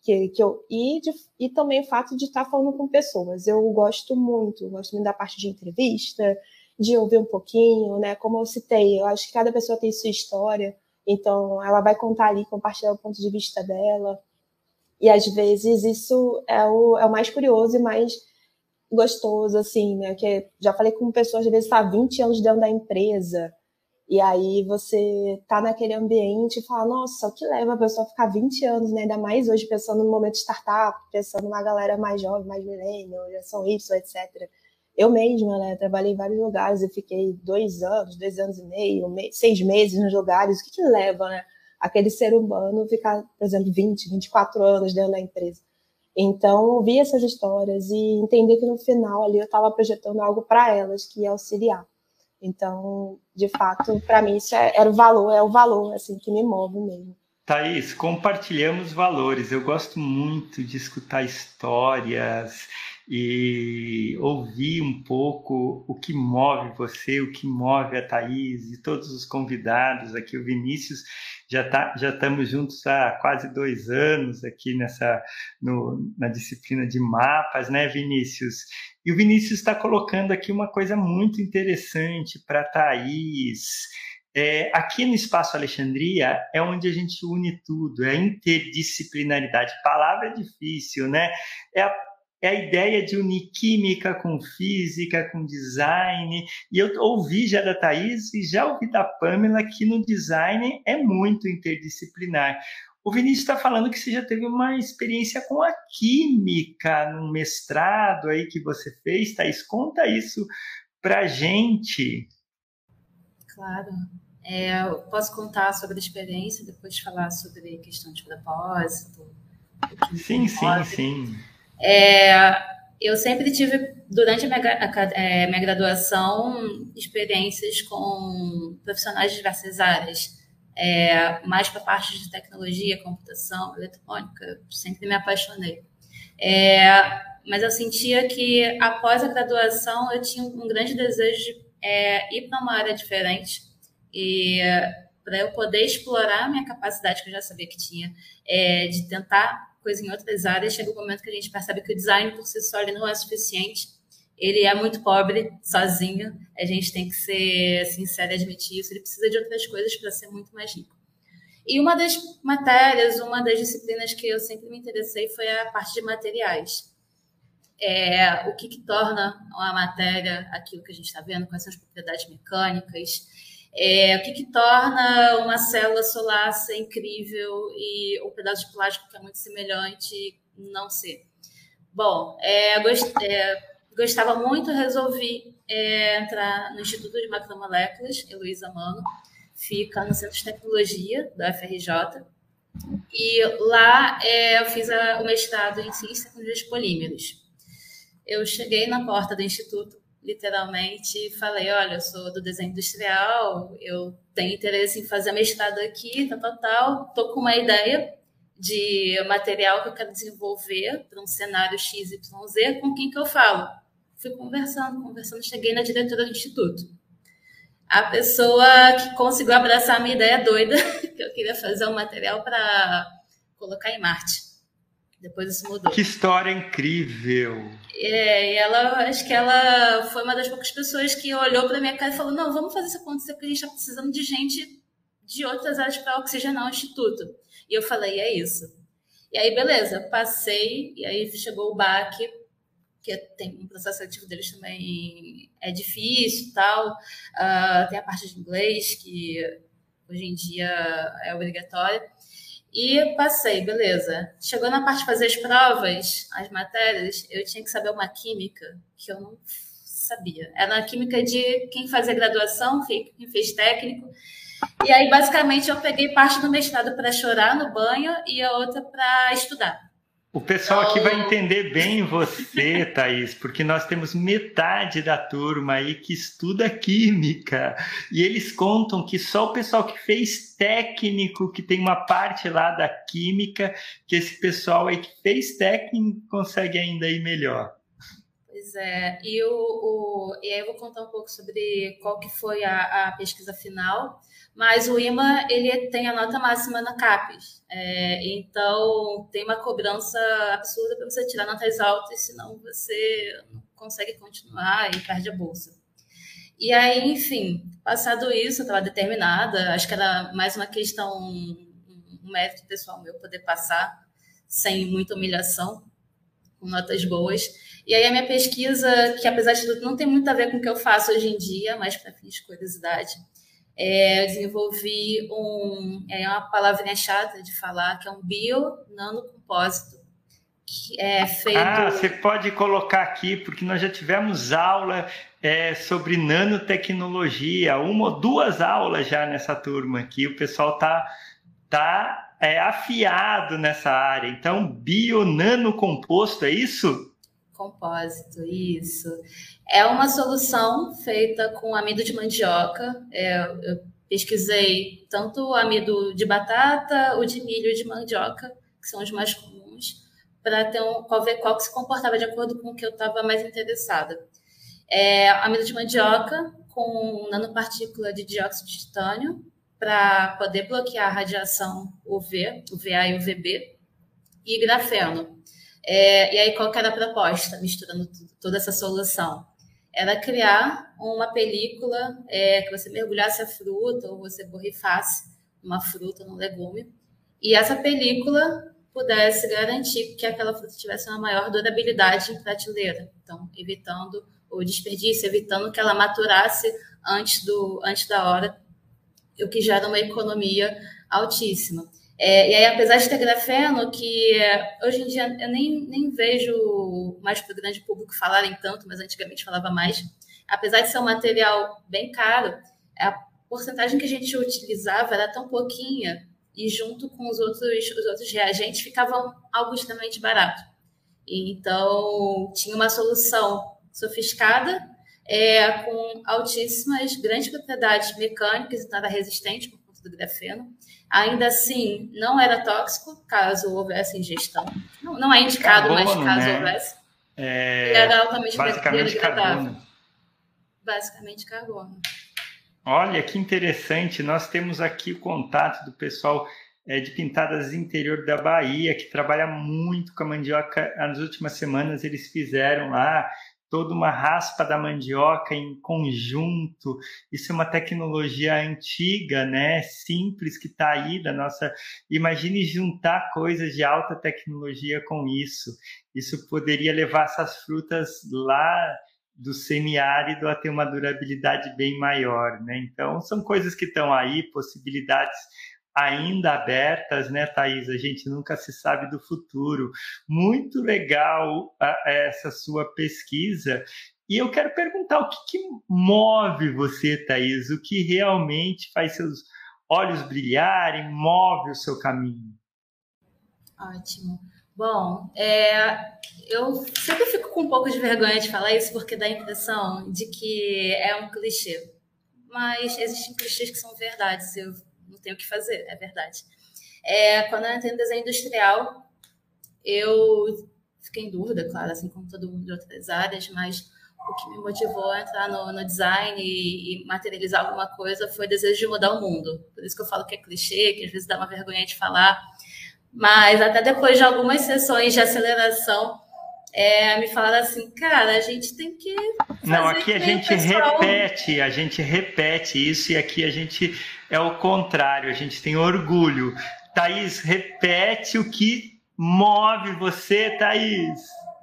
E também o fato de estar falando com pessoas. Eu gosto muito da parte de entrevista, de ouvir um pouquinho, né? Como eu citei, eu acho que cada pessoa tem sua história, então ela vai contar ali, compartilhar o ponto de vista dela. E às vezes isso é o mais curioso e mais gostoso, assim, né? Que já falei com pessoas, às vezes, tá 20 anos dentro da empresa. E aí você tá naquele ambiente e fala, nossa, o que leva a pessoa a ficar 20 anos, né? Ainda mais hoje pensando no momento de startup, pensando numa galera mais jovem, mais millennial, geração Y, etc. Eu mesma, né, trabalhei em vários lugares, eu fiquei 2 anos e meio, 6 meses nos lugares. O que leva, né, aquele ser humano ficar, por exemplo, 20, 24 anos dentro da empresa? Então, ouvir essas histórias e entender que no final ali eu estava projetando algo para elas, que ia auxiliar. Então, de fato, para mim isso é o valor assim, que me move mesmo. Thaís, compartilhamos valores. Eu gosto muito de escutar histórias e ouvir um pouco o que move você, o que move a Thaís e todos os convidados aqui. O Vinícius, já estamos juntos há quase 2 anos aqui na disciplina de mapas, né, Vinícius? E o Vinícius está colocando aqui uma coisa muito interessante para a Thaís. Aqui no Espaço Alexandria é onde a gente une tudo, é a interdisciplinaridade. Palavra é difícil, né? É a ideia de unir química com física, com design. E eu ouvi já da Thaís e já ouvi da Pamela que no design é muito interdisciplinar. O Vinícius está falando que você já teve uma experiência com a química, num mestrado aí que você fez. Thaís, conta isso para a gente. Claro. Eu posso contar sobre a experiência, depois falar sobre questão de propósito. Sim. Eu sempre tive, durante a minha graduação, experiências com profissionais de diversas áreas. Mais para a parte de tecnologia, computação, eletrônica, sempre me apaixonei. Mas eu sentia que, após a graduação, eu tinha um grande desejo de ir para uma área diferente e para eu poder explorar a minha capacidade, que eu já sabia que tinha, de tentar coisa em outras áreas. Chega um momento que a gente percebe que o design por si só ele não é suficiente, ele é muito pobre sozinho, a gente tem que ser sincero e admitir isso, ele precisa de outras coisas para ser muito mais rico. E uma das matérias, uma das disciplinas que eu sempre me interessei foi a parte de materiais. O que torna uma matéria aquilo que a gente está vendo, quais são as propriedades mecânicas, o que torna uma célula solar ser incrível e um pedaço de plástico que é muito semelhante não ser. Bom, gostava muito, resolvi entrar no Instituto de Macromoléculas, Heloísa Mano, fica no Centro de Tecnologia da UFRJ, e lá eu fiz o mestrado em Ciência e Tecnologias Polímeros. Eu cheguei na porta do Instituto, literalmente, e falei, olha, eu sou do desenho industrial, eu tenho interesse em fazer mestrado aqui, estou com uma ideia de material que eu quero desenvolver para um cenário XYZ, com quem que eu falo? Fui conversando, cheguei na diretora do Instituto. A pessoa que conseguiu abraçar a minha ideia doida, que eu queria fazer um material para colocar em Marte. Depois isso mudou. Que história incrível! E acho que ela foi uma das poucas pessoas que olhou para minha cara e falou, não, vamos fazer isso acontecer, porque a gente está precisando de gente de outras áreas para oxigenar o Instituto. E eu falei, é isso. E aí, beleza, passei, e aí chegou o BAC, que tem um processo seletivo deles também difícil e tal. Tem a parte de inglês, que hoje em dia é obrigatória. E passei, beleza. Chegou na parte de fazer as provas, as matérias, eu tinha que saber uma química que eu não sabia. Era a química de quem fazia graduação, quem fez técnico. E aí, basicamente, eu peguei parte do mestrado para chorar no banho e a outra para estudar. O pessoal aqui vai entender bem você, Thaís, porque nós temos metade da turma aí que estuda química e eles contam que só o pessoal que fez técnico, que tem uma parte lá da química, que esse pessoal aí que fez técnico consegue ainda ir melhor. Pois é, e aí eu vou contar um pouco sobre qual que foi a pesquisa final, mas o IMA ele tem a nota máxima na CAPES, então tem uma cobrança absurda para você tirar notas altas, senão você não consegue continuar e perde a bolsa. E aí, enfim, passado isso, eu estava determinada, acho que era mais uma questão, um mérito pessoal meu poder passar sem muita humilhação, com notas boas. E aí a minha pesquisa, que apesar de tudo não tem muito a ver com o que eu faço hoje em dia, mas para fins de curiosidade, eu desenvolvi uma palavrinha chata de falar, que é um bio-nanocompósito, que é feito... você pode colocar aqui, porque nós já tivemos aula sobre nanotecnologia, 1 ou 2 aulas já nessa turma aqui, o pessoal tá afiado nessa área. Então, bio-nanocomposto, é isso? Compósito, isso. É uma solução feita com amido de mandioca. Eu pesquisei tanto o amido de batata, o de milho e de mandioca, que são os mais comuns, para ver qual que se comportava de acordo com o que eu estava mais interessada. Amido de mandioca com nanopartícula de dióxido de titânio, para poder bloquear a radiação UV, UVA e UVB, e grafeno. E aí, qual que era a proposta, misturando toda essa solução? Era criar uma película que você mergulhasse a fruta ou você borrifasse uma fruta, um legume, e essa película pudesse garantir que aquela fruta tivesse uma maior durabilidade em prateleira. Então, evitando o desperdício, evitando que ela maturasse antes da hora, o que gera uma economia altíssima. E aí, apesar de ter grafeno, que hoje em dia eu nem vejo mais para o grande público falarem tanto, mas antigamente falava mais, apesar de ser um material bem caro, a porcentagem que a gente utilizava era tão pouquinha e junto com os outros reagentes ficavam algo extremamente barato. Então, tinha uma solução sofiscada, com altíssimas, grandes propriedades mecânicas, então era resistente por conta do grafeno. Ainda assim, não era tóxico caso houvesse ingestão. Não é indicado, carbono, mas caso houvesse. Ele era altamente biodegradável. Basicamente carbono. Olha, que interessante. Nós temos aqui o contato do pessoal de Pintadas Interior da Bahia, que trabalha muito com a mandioca. Nas últimas semanas eles fizeram lá toda uma raspa da mandioca em conjunto. Isso é uma tecnologia antiga, né? Simples, que está aí da nossa... Imagine juntar coisas de alta tecnologia com isso. Isso poderia levar essas frutas lá do semiárido a ter uma durabilidade bem maior, né? Então, são coisas que estão aí, possibilidades ainda abertas, né, Thaís? A gente nunca se sabe do futuro. Muito legal essa sua pesquisa. E eu quero perguntar o que move você, Thaís? O que realmente faz seus olhos brilharem, move o seu caminho? Ótimo. Bom, eu sempre fico com um pouco de vergonha de falar isso, porque dá a impressão de que é um clichê. Mas existem clichês que são verdades, eu não tenho o que fazer, é verdade. Quando eu entrei no desenho industrial, eu fiquei em dúvida, claro, assim como todo mundo de outras áreas, mas o que me motivou a entrar no design e materializar alguma coisa foi o desejo de mudar o mundo. Por isso que eu falo que é clichê, que às vezes dá uma vergonha de falar. Mas até depois de algumas sessões de aceleração, me falaram assim, cara, a gente tem que fazer... Não, aqui a gente repete isso, e aqui a gente é o contrário, a gente tem orgulho. Thaís, repete o que move você, Thaís.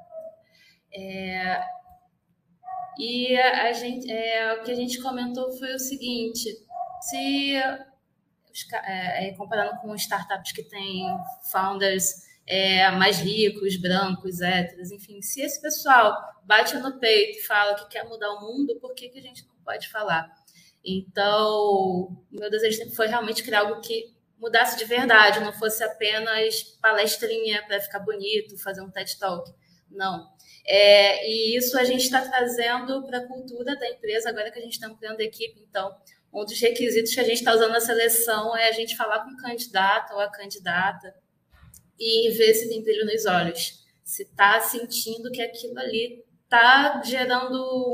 E o que a gente comentou foi o seguinte, comparando com startups que têm founders mais ricos, brancos, héteros, enfim, se esse pessoal bate no peito e fala que quer mudar o mundo, por que a gente não pode falar? Então, o meu desejo sempre foi realmente criar algo que mudasse de verdade, não fosse apenas palestrinha para ficar bonito, fazer um TED Talk. Não. E isso a gente está trazendo para a cultura da empresa, agora que a gente está ampliando a equipe. Então, um dos requisitos que a gente está usando na seleção é a gente falar com o candidato ou a candidata e ver se tem brilho nos olhos, se está sentindo que aquilo ali está gerando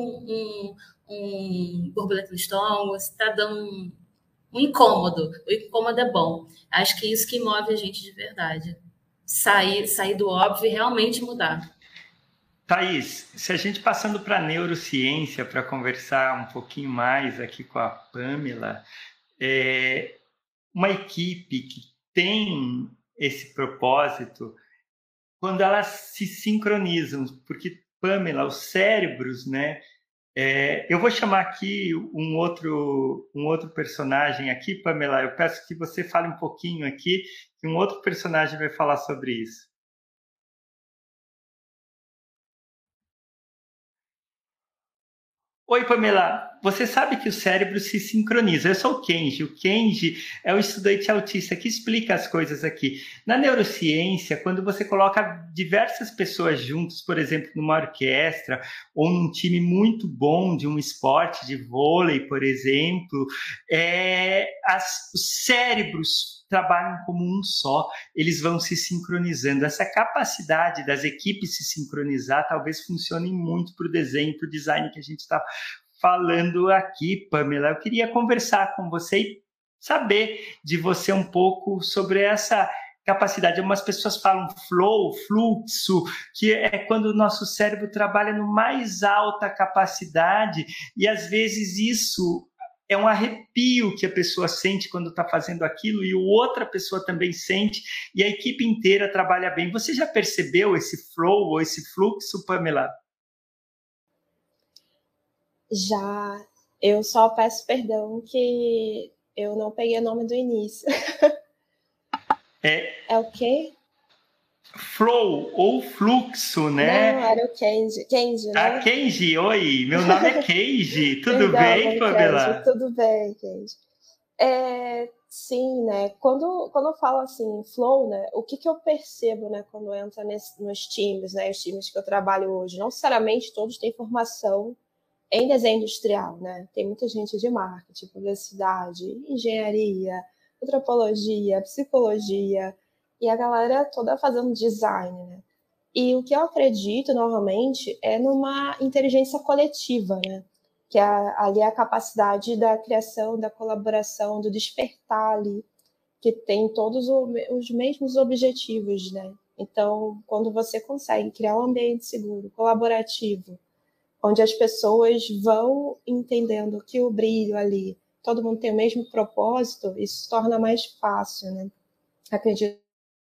um borboleta no estômago, se está dando um incômodo. O incômodo é bom. Acho que é isso que move a gente de verdade. Sair do óbvio e realmente mudar. Thaís, se a gente passando para a neurociência, para conversar um pouquinho mais aqui com a Pamela, uma equipe que tem esse propósito, quando elas se sincronizam, porque, Pamela, os cérebros, né? Eu vou chamar aqui um outro personagem aqui, Pamela, eu peço que você fale um pouquinho aqui, que um outro personagem vai falar sobre isso. Oi, Pamela. Você sabe que o cérebro se sincroniza. Eu sou o Kenji. O Kenji é o estudante autista que explica as coisas aqui. Na neurociência, quando você coloca diversas pessoas juntas, por exemplo, numa orquestra ou num time muito bom de um esporte de vôlei, por exemplo, os cérebros trabalham como um só, eles vão se sincronizando. Essa capacidade das equipes se sincronizar talvez funcione muito para o desenho, para o design que a gente está falando aqui, Pamela. Eu queria conversar com você e saber de você um pouco sobre essa capacidade. Algumas pessoas falam flow, fluxo, que é quando o nosso cérebro trabalha no mais alta capacidade e às vezes isso é um arrepio que a pessoa sente quando está fazendo aquilo e outra pessoa também sente e a equipe inteira trabalha bem. Você já percebeu esse flow ou esse fluxo, Pamela? Já. Eu só peço perdão que eu não peguei o nome do início. É o quê? Flow ou fluxo, né? Não, era o Kenji. Kenji, né? Kenji, oi, meu nome é Kenji. Tudo Perdão, bem, Pamela? Kenji, tudo bem, Kenji. Sim, né? Quando eu falo assim, flow, né? O que eu percebo, né? Quando entra nos times, né? Os times que eu trabalho hoje, não necessariamente todos têm formação em desenho industrial, né? Tem muita gente de marketing, publicidade, engenharia, antropologia, psicologia, e a galera toda fazendo design, né? E o que eu acredito, normalmente, é numa inteligência coletiva, né? Que ali é a capacidade da criação, da colaboração, do despertar ali, que tem todos os mesmos objetivos, né? Então, quando você consegue criar um ambiente seguro, colaborativo, onde as pessoas vão entendendo que o brilho ali, todo mundo tem o mesmo propósito, isso se torna mais fácil, né? Acredito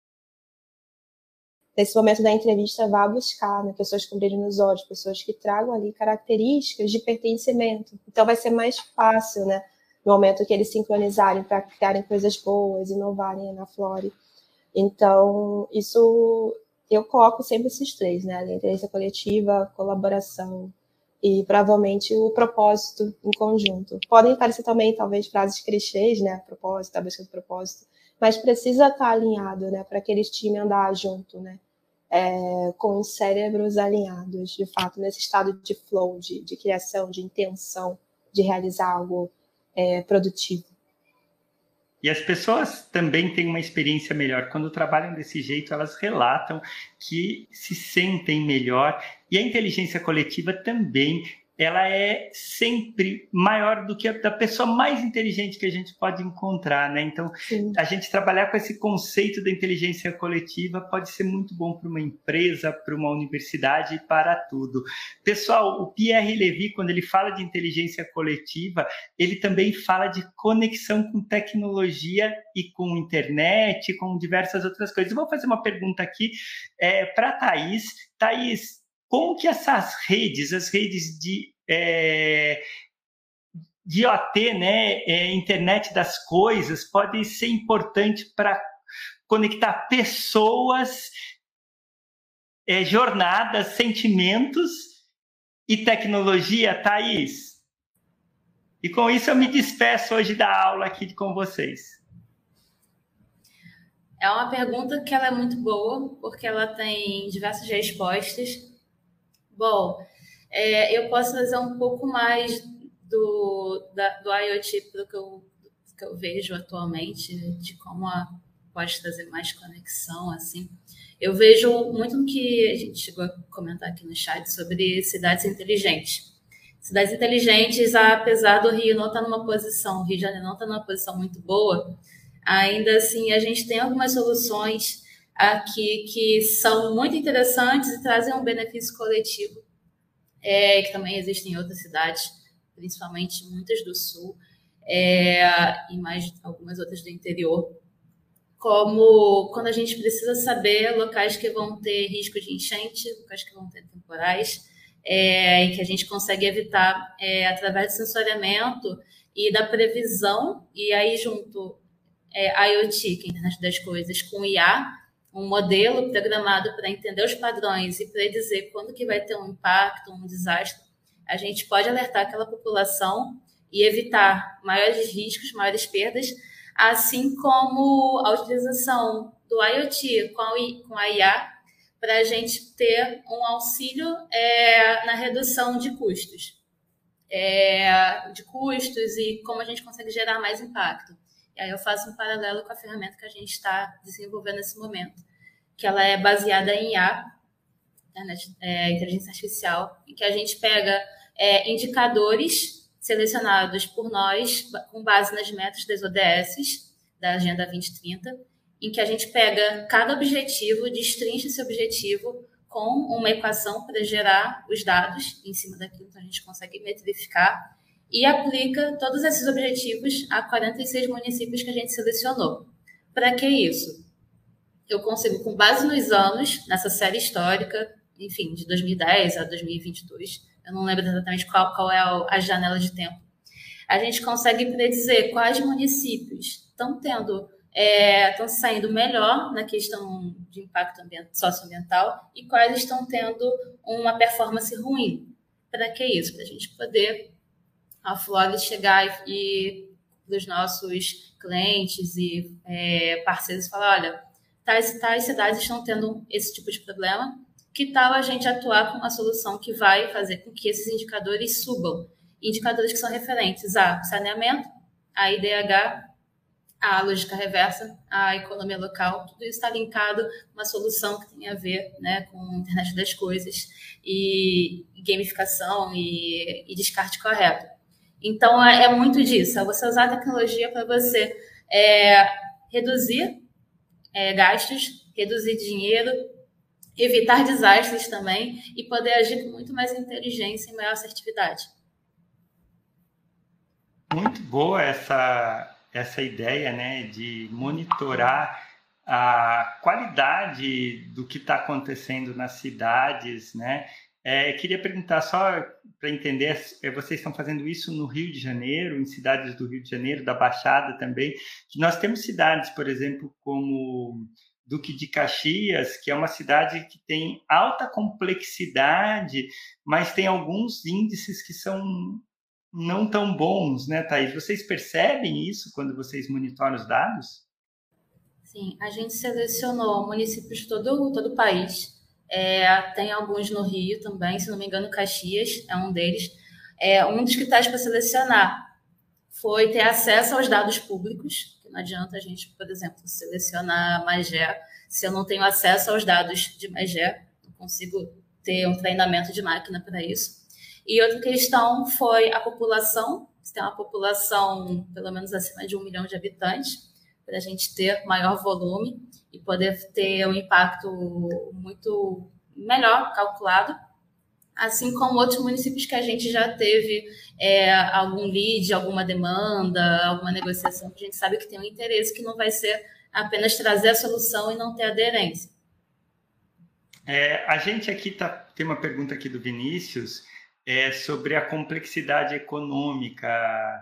nesse momento da entrevista, vá buscar, né, pessoas com brilho nos olhos, pessoas que tragam ali características de pertencimento. Então vai ser mais fácil, né, no momento que eles sincronizarem para criarem coisas boas, inovarem na Flore. Então, isso eu coloco sempre esses três, né, a inteligência coletiva, colaboração e provavelmente o propósito em conjunto. Podem parecer também, talvez, frases clichês, né, propósito, a busca do propósito, mas precisa estar alinhado, né, para aquele time andar junto, né, com os cérebros alinhados, de fato, nesse estado de flow, de criação, de intenção, de realizar algo produtivo. E as pessoas também têm uma experiência melhor. Quando trabalham desse jeito, elas relatam que se sentem melhor. E a inteligência coletiva também, ela é sempre maior do que a da pessoa mais inteligente que a gente pode encontrar, né? Então, sim, a gente trabalhar com esse conceito da inteligência coletiva pode ser muito bom para uma empresa, para uma universidade e para tudo. Pessoal, o Pierre Levy, quando ele fala de inteligência coletiva, ele também fala de conexão com tecnologia e com internet, com diversas outras coisas. Eu vou fazer uma pergunta aqui para a Thaís. Thaís, como que essas redes, as redes de IoT, né, internet das coisas, podem ser importantes para conectar pessoas, jornadas, sentimentos e tecnologia, Thaís? E com isso eu me despeço hoje da aula aqui com vocês. É uma pergunta que ela é muito boa, porque ela tem diversas respostas. Bom, eu posso trazer um pouco mais do IoT para o que eu vejo atualmente, de como pode trazer mais conexão, assim. Eu vejo muito no que a gente chegou a comentar aqui no chat sobre cidades inteligentes. Cidades inteligentes, apesar do Rio não estar numa posição, o Rio de Janeiro não estar numa posição muito boa, ainda assim a gente tem algumas soluções aqui que são muito interessantes e trazem um benefício coletivo, que também existem em outras cidades, principalmente muitas do sul, e mais algumas outras do interior, como quando a gente precisa saber locais que vão ter risco de enchente, locais que vão ter temporais, e que a gente consegue evitar através do sensoriamento e da previsão, e aí junto IoT, que é a Internet das Coisas, com IA, um modelo programado para entender os padrões e predizer quando que vai ter um impacto, um desastre, a gente pode alertar aquela população e evitar maiores riscos, maiores perdas, assim como a utilização do IoT com a IA para a gente ter um auxílio na redução de custos. E como a gente consegue gerar mais impacto. E aí eu faço um paralelo com a ferramenta que a gente está desenvolvendo nesse momento, que ela é baseada em IA, inteligência artificial, em que a gente pega indicadores selecionados por nós com base nas metas das ODS, da Agenda 2030, em que a gente pega cada objetivo, destrincha esse objetivo com uma equação para gerar os dados em cima daquilo, então a gente consegue metrificar e aplica todos esses objetivos a 46 municípios que a gente selecionou. Para que isso? Eu consigo, com base nos anos, nessa série histórica, enfim, de 2010 a 2022, eu não lembro exatamente qual é a janela de tempo, a gente consegue predizer quais municípios estão saindo melhor na questão de impacto socioambiental e quais estão tendo uma performance ruim. Para que isso? Para a gente poder, a Flog, chegar e dos nossos clientes e parceiros falar, olha, tais cidades estão tendo esse tipo de problema, que tal a gente atuar com uma solução que vai fazer com que esses indicadores subam? Indicadores que são referentes a saneamento, a IDH, a lógica reversa, a economia local, tudo isso está linkado a uma solução que tem a ver, né, com a internet das coisas e gamificação e descarte correto. Então, é muito disso, é você usar a tecnologia para você reduzir gastos, reduzir dinheiro, evitar desastres também e poder agir com muito mais inteligência e maior assertividade. Muito boa essa ideia, né, de monitorar a qualidade do que está acontecendo nas cidades, né? Queria perguntar só para entender, vocês estão fazendo isso no Rio de Janeiro, em cidades do Rio de Janeiro, da Baixada também, que nós temos cidades, por exemplo, como Duque de Caxias, que é uma cidade que tem alta complexidade, mas tem alguns índices que são não tão bons, né, Thaís? Vocês percebem isso quando vocês monitoram os dados? Sim, a gente selecionou municípios de todo o país. Tem alguns no Rio também, se não me engano, Caxias é um deles. Um dos critérios para selecionar foi ter acesso aos dados públicos, que não adianta a gente, por exemplo, selecionar Magé, se eu não tenho acesso aos dados de Magé, não consigo ter um treinamento de máquina para isso. E outra questão foi a população, se tem uma população pelo menos acima de 1 milhão de habitantes, para a gente ter maior volume e poder ter um impacto muito melhor calculado, assim como outros municípios que a gente já teve algum lead, alguma demanda, alguma negociação, que a gente sabe que tem um interesse, que não vai ser apenas trazer a solução e não ter aderência. A gente aqui tem uma pergunta aqui do Vinícius sobre a complexidade econômica,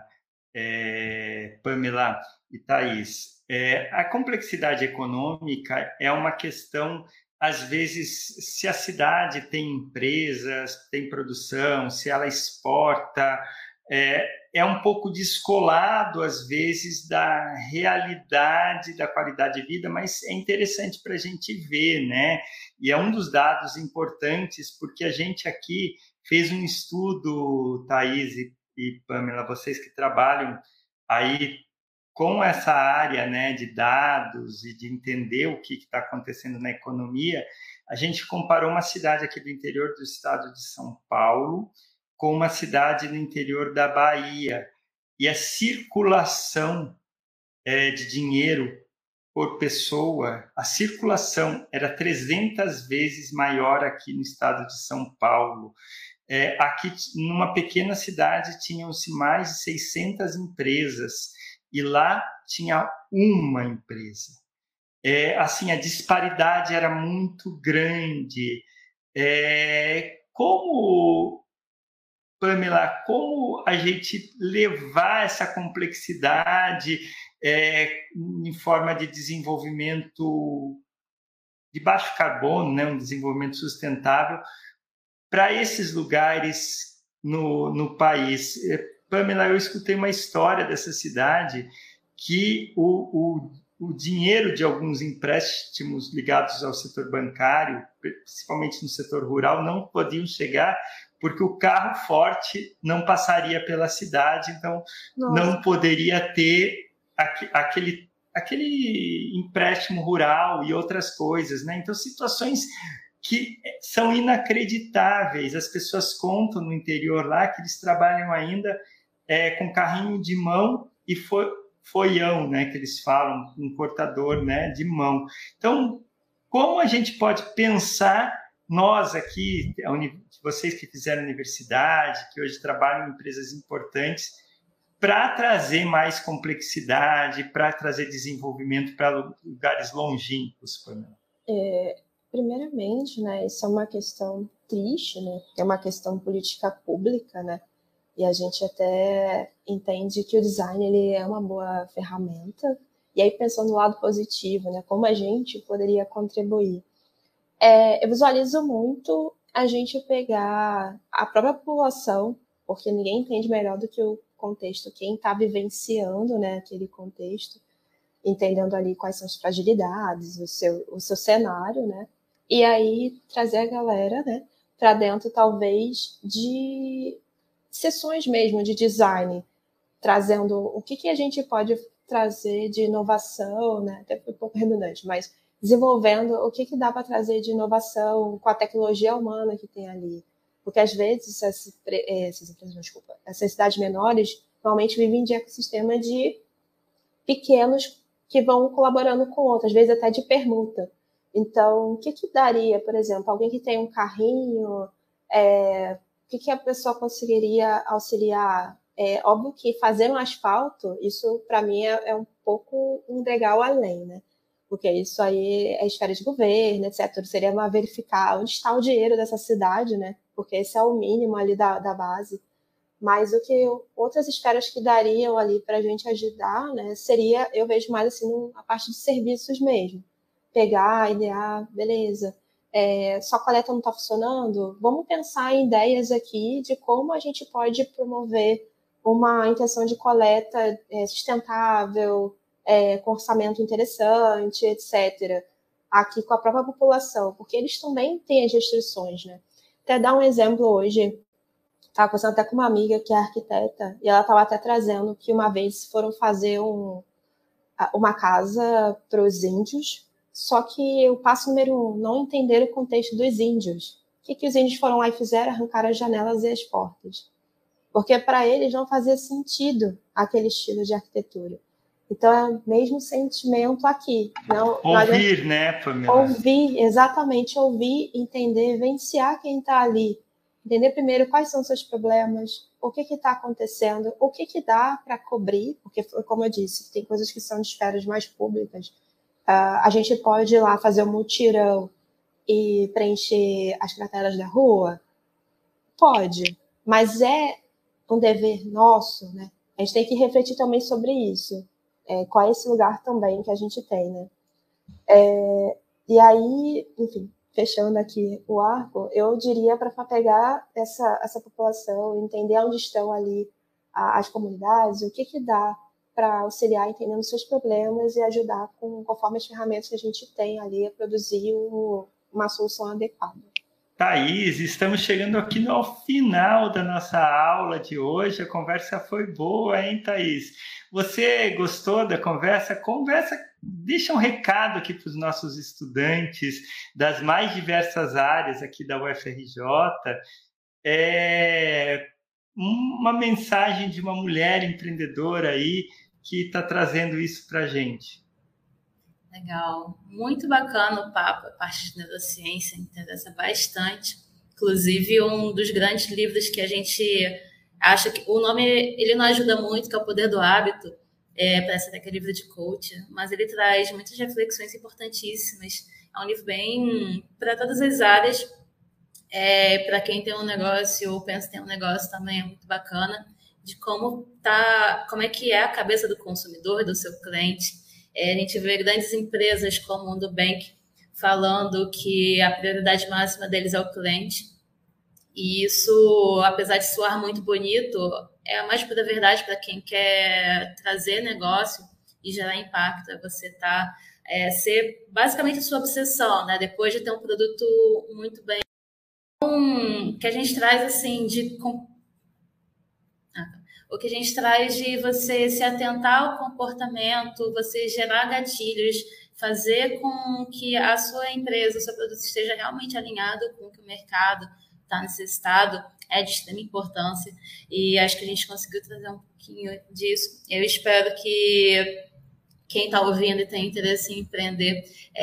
Pamela e Thaís. A complexidade econômica é uma questão, às vezes, se a cidade tem empresas, tem produção, se ela exporta, é um pouco descolado, às vezes, da realidade da qualidade de vida, mas é interessante para a gente ver, né? E é um dos dados importantes, porque a gente aqui fez um estudo, Thaís e Pamela, vocês que trabalham aí com essa área, né, de dados e de entender o que está acontecendo na economia, a gente comparou uma cidade aqui do interior do estado de São Paulo com uma cidade no interior da Bahia. E a circulação de dinheiro por pessoa, a circulação era 300 vezes maior aqui no estado de São Paulo. Aqui, numa pequena cidade, tinham-se mais de 600 empresas, e lá tinha uma empresa. Assim, a disparidade era muito grande. Pamela, como a gente levar essa complexidade em forma de desenvolvimento de baixo carbono, né, um desenvolvimento sustentável, para esses lugares no país? Pamela, eu escutei uma história dessa cidade que o dinheiro de alguns empréstimos ligados ao setor bancário, principalmente no setor rural, não podiam chegar porque o carro forte não passaria pela cidade, então não poderia ter aquele empréstimo rural e outras coisas, né? Então, situações que são inacreditáveis. As pessoas contam no interior lá que eles trabalham ainda com carrinho de mão e foião, né, que eles falam, um cortador, né, de mão. Então, como a gente pode pensar, nós aqui, vocês que fizeram universidade, que hoje trabalham em empresas importantes, para trazer mais complexidade, para trazer desenvolvimento para lugares longínquos, Pamela? Primeiramente, né, isso é uma questão triste, né, é uma questão política pública, né, e a gente até entende que o design ele é uma boa ferramenta. E aí, pensando no lado positivo, né, como a gente poderia contribuir. Eu visualizo muito a gente pegar a própria população, porque ninguém entende melhor do que o contexto, quem está vivenciando, né, aquele contexto, entendendo ali quais são as fragilidades, o seu cenário, né, e aí trazer a galera, né, para dentro, talvez, de sessões mesmo de design, trazendo o que a gente pode trazer de inovação, né? Até foi um pouco redundante, mas desenvolvendo o que dá para trazer de inovação com a tecnologia humana que tem ali. Porque, às vezes, essas cidades menores normalmente vivem de ecossistema de pequenos que vão colaborando com outros, às vezes até de permuta. Então, o que daria, por exemplo, alguém que tem um carrinho, o que a pessoa conseguiria auxiliar? Óbvio que fazer um asfalto, isso para mim é um pouco um degrau além, né? Porque isso aí é esfera de governo, etc. Seria uma verificar onde está o dinheiro dessa cidade, né? Porque esse é o mínimo ali da base. Mas o que outras esferas que dariam ali para a gente ajudar, né? Seria, eu vejo mais assim, a parte de serviços mesmo. Pegar, idear, beleza. Só coleta não está funcionando? Vamos pensar em ideias aqui de como a gente pode promover uma intenção de coleta sustentável, com orçamento interessante, etc. Aqui com a própria população, porque eles também têm as restrições, né? Até dar um exemplo hoje, estava conversando até com uma amiga que é arquiteta, e ela estava até trazendo que uma vez foram fazer uma casa para os índios, só que o passo número 1, não entender o contexto dos índios. O que os índios foram lá e fizeram? Arrancaram as janelas e as portas. Porque para eles não fazia sentido aquele estilo de arquitetura. Então é o mesmo sentimento aqui. Não, ouvir, né, Pamela? Ouvir, exatamente, ouvir, entender, vivenciar quem está ali. Entender primeiro quais são os seus problemas, o que está acontecendo, o que dá para cobrir, porque, como eu disse, tem coisas que são de esferas mais públicas. A gente pode ir lá fazer um mutirão e preencher as crateras da rua? Pode, mas é um dever nosso, né? A gente tem que refletir também sobre isso. Qual é esse lugar também que a gente tem, né? E aí, enfim, fechando aqui o arco, eu diria para pegar essa população, entender onde estão ali as comunidades, o que dá para auxiliar entendendo seus problemas e ajudar conforme as ferramentas que a gente tem ali a produzir uma solução adequada. Thaís, estamos chegando aqui ao final da nossa aula de hoje. A conversa foi boa, hein, Thaís? Você gostou da conversa? Deixa um recado aqui para os nossos estudantes das mais diversas áreas aqui da UFRJ. Uma mensagem de uma mulher empreendedora aí que está trazendo isso para a gente. Legal, muito bacana o papo, a parte de neurociência, me interessa bastante. Inclusive, um dos grandes livros que a gente acha que o nome ele não ajuda muito, que é O Poder do Hábito, parece até que é livro de coach, mas ele traz muitas reflexões importantíssimas. É um livro bem para todas as áreas, para quem tem um negócio ou pensa em ter um negócio também é muito bacana, de como é que é a cabeça do consumidor, do seu cliente. A gente vê grandes empresas como o Nubank falando que a prioridade máxima deles é o cliente. E isso, apesar de soar muito bonito, é a mais pura verdade para quem quer trazer negócio e gerar impacto. É você ser basicamente a sua obsessão, né? Depois de ter um produto muito bem... que a gente traz assim o que a gente traz de você se atentar ao comportamento, você gerar gatilhos, fazer com que a sua empresa, o seu produto esteja realmente alinhado com o que o mercado está necessitado, é de extrema importância. E acho que a gente conseguiu trazer um pouquinho disso. Eu espero que quem está ouvindo e tem interesse em empreender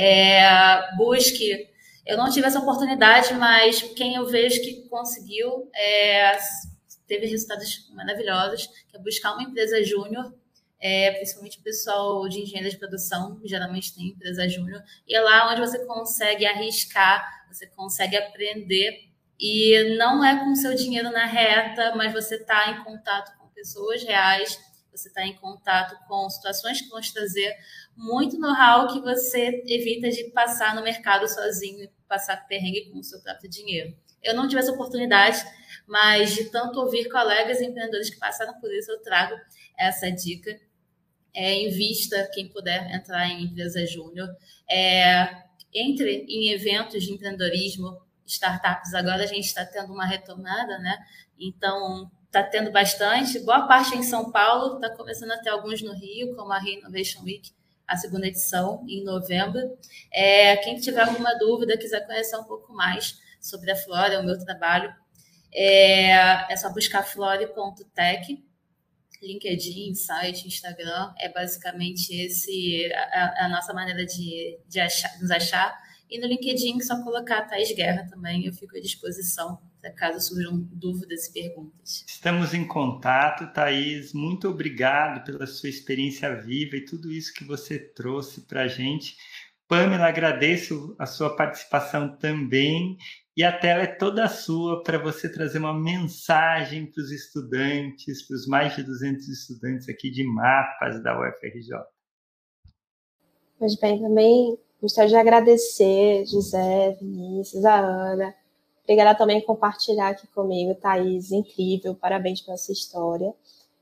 busque. Eu não tive essa oportunidade, mas quem eu vejo que conseguiu teve resultados maravilhosos, que é buscar uma empresa júnior, principalmente o pessoal de engenharia de produção, geralmente tem empresa júnior, e é lá onde você consegue arriscar, você consegue aprender, e não é com o seu dinheiro na reta, mas você está em contato com pessoas reais, você está em contato com situações que vão te trazer muito know-how que você evita de passar no mercado sozinho, passar perrengue com o seu próprio dinheiro. Eu não tive essa oportunidade, mas de tanto ouvir colegas empreendedores que passaram por isso, eu trago essa dica. Invista, quem puder entrar em empresa júnior. Entre em eventos de empreendedorismo, startups. Agora a gente está tendo uma retomada, né? Então, está tendo bastante. Boa parte em São Paulo, está começando a ter alguns no Rio, como a Rio Innovation Week, a segunda edição, em novembro. Quem tiver alguma dúvida, quiser conhecer um pouco mais sobre a Flore, o meu trabalho, é só buscar flore.tech, LinkedIn, site, Instagram, é basicamente a nossa maneira de nos achar. E no LinkedIn, só colocar Thaís Guerra também, eu fico à disposição, caso surjam dúvidas e perguntas. Estamos em contato, Thaís, muito obrigado pela sua experiência viva e tudo isso que você trouxe para a gente. Pamela, agradeço a sua participação também. E a tela é toda sua para você trazer uma mensagem para os estudantes, para os mais de 200 estudantes aqui de mapas da UFRJ. Pois bem, também gostaria de agradecer José, Vinícius, a Ana. Obrigada também por compartilhar aqui comigo, Thaís, incrível, parabéns pela sua história.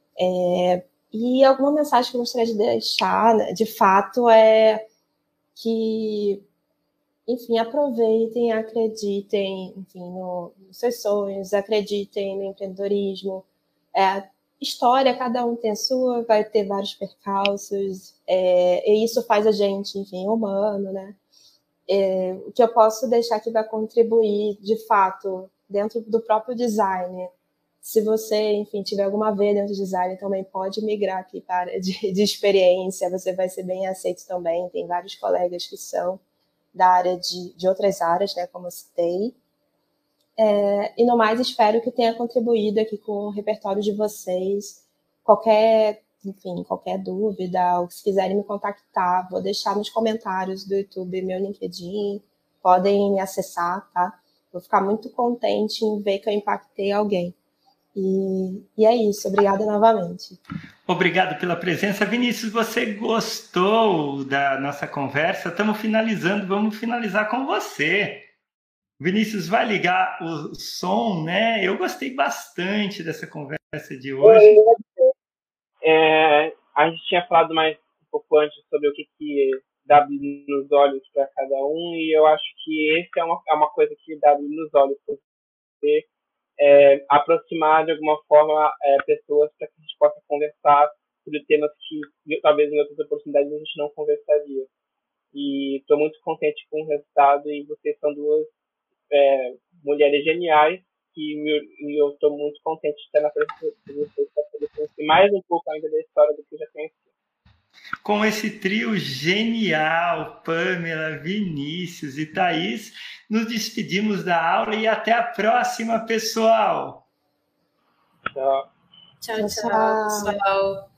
E alguma mensagem que eu gostaria de deixar, né, de fato, é que... Enfim, aproveitem, acreditem, enfim, nos seus sonhos, acreditem no empreendedorismo. História, cada um tem a sua, vai ter vários percalços, e isso faz a gente, enfim, humano, né? O que eu posso deixar que vai contribuir, de fato, dentro do próprio design. Se você, enfim, tiver alguma veia dentro do design, também pode migrar aqui para a área de experiência, você vai ser bem aceito também, tem vários colegas que são da área de outras áreas, né, como eu citei. E no mais, espero que tenha contribuído aqui com o repertório de vocês. Qualquer dúvida, ou se quiserem me contactar, vou deixar nos comentários do YouTube meu LinkedIn, podem me acessar, tá? Vou ficar muito contente em ver que eu impactei alguém. E é isso, obrigada novamente. Obrigado pela presença. Vinícius, você gostou da nossa conversa? Estamos finalizando, vamos finalizar com você. Vinícius, vai ligar o som, né? Eu gostei bastante dessa conversa de hoje. A gente tinha falado mais um pouco antes sobre o que dá brilho nos olhos para cada um, e eu acho que esse é uma coisa que dá brilho nos olhos, porque aproximar de alguma forma pessoas para que a gente possa conversar sobre temas que talvez em outras oportunidades a gente não conversaria. E estou muito contente com o resultado, e vocês são duas mulheres geniais, e eu estou muito contente de estar na presença de vocês para poder conhecer mais um pouco ainda da história do que eu já conheci. Com esse trio genial, Pamela, Vinícius e Thaís, nos despedimos da aula e até a próxima, pessoal! Tchau. Tchau, pessoal.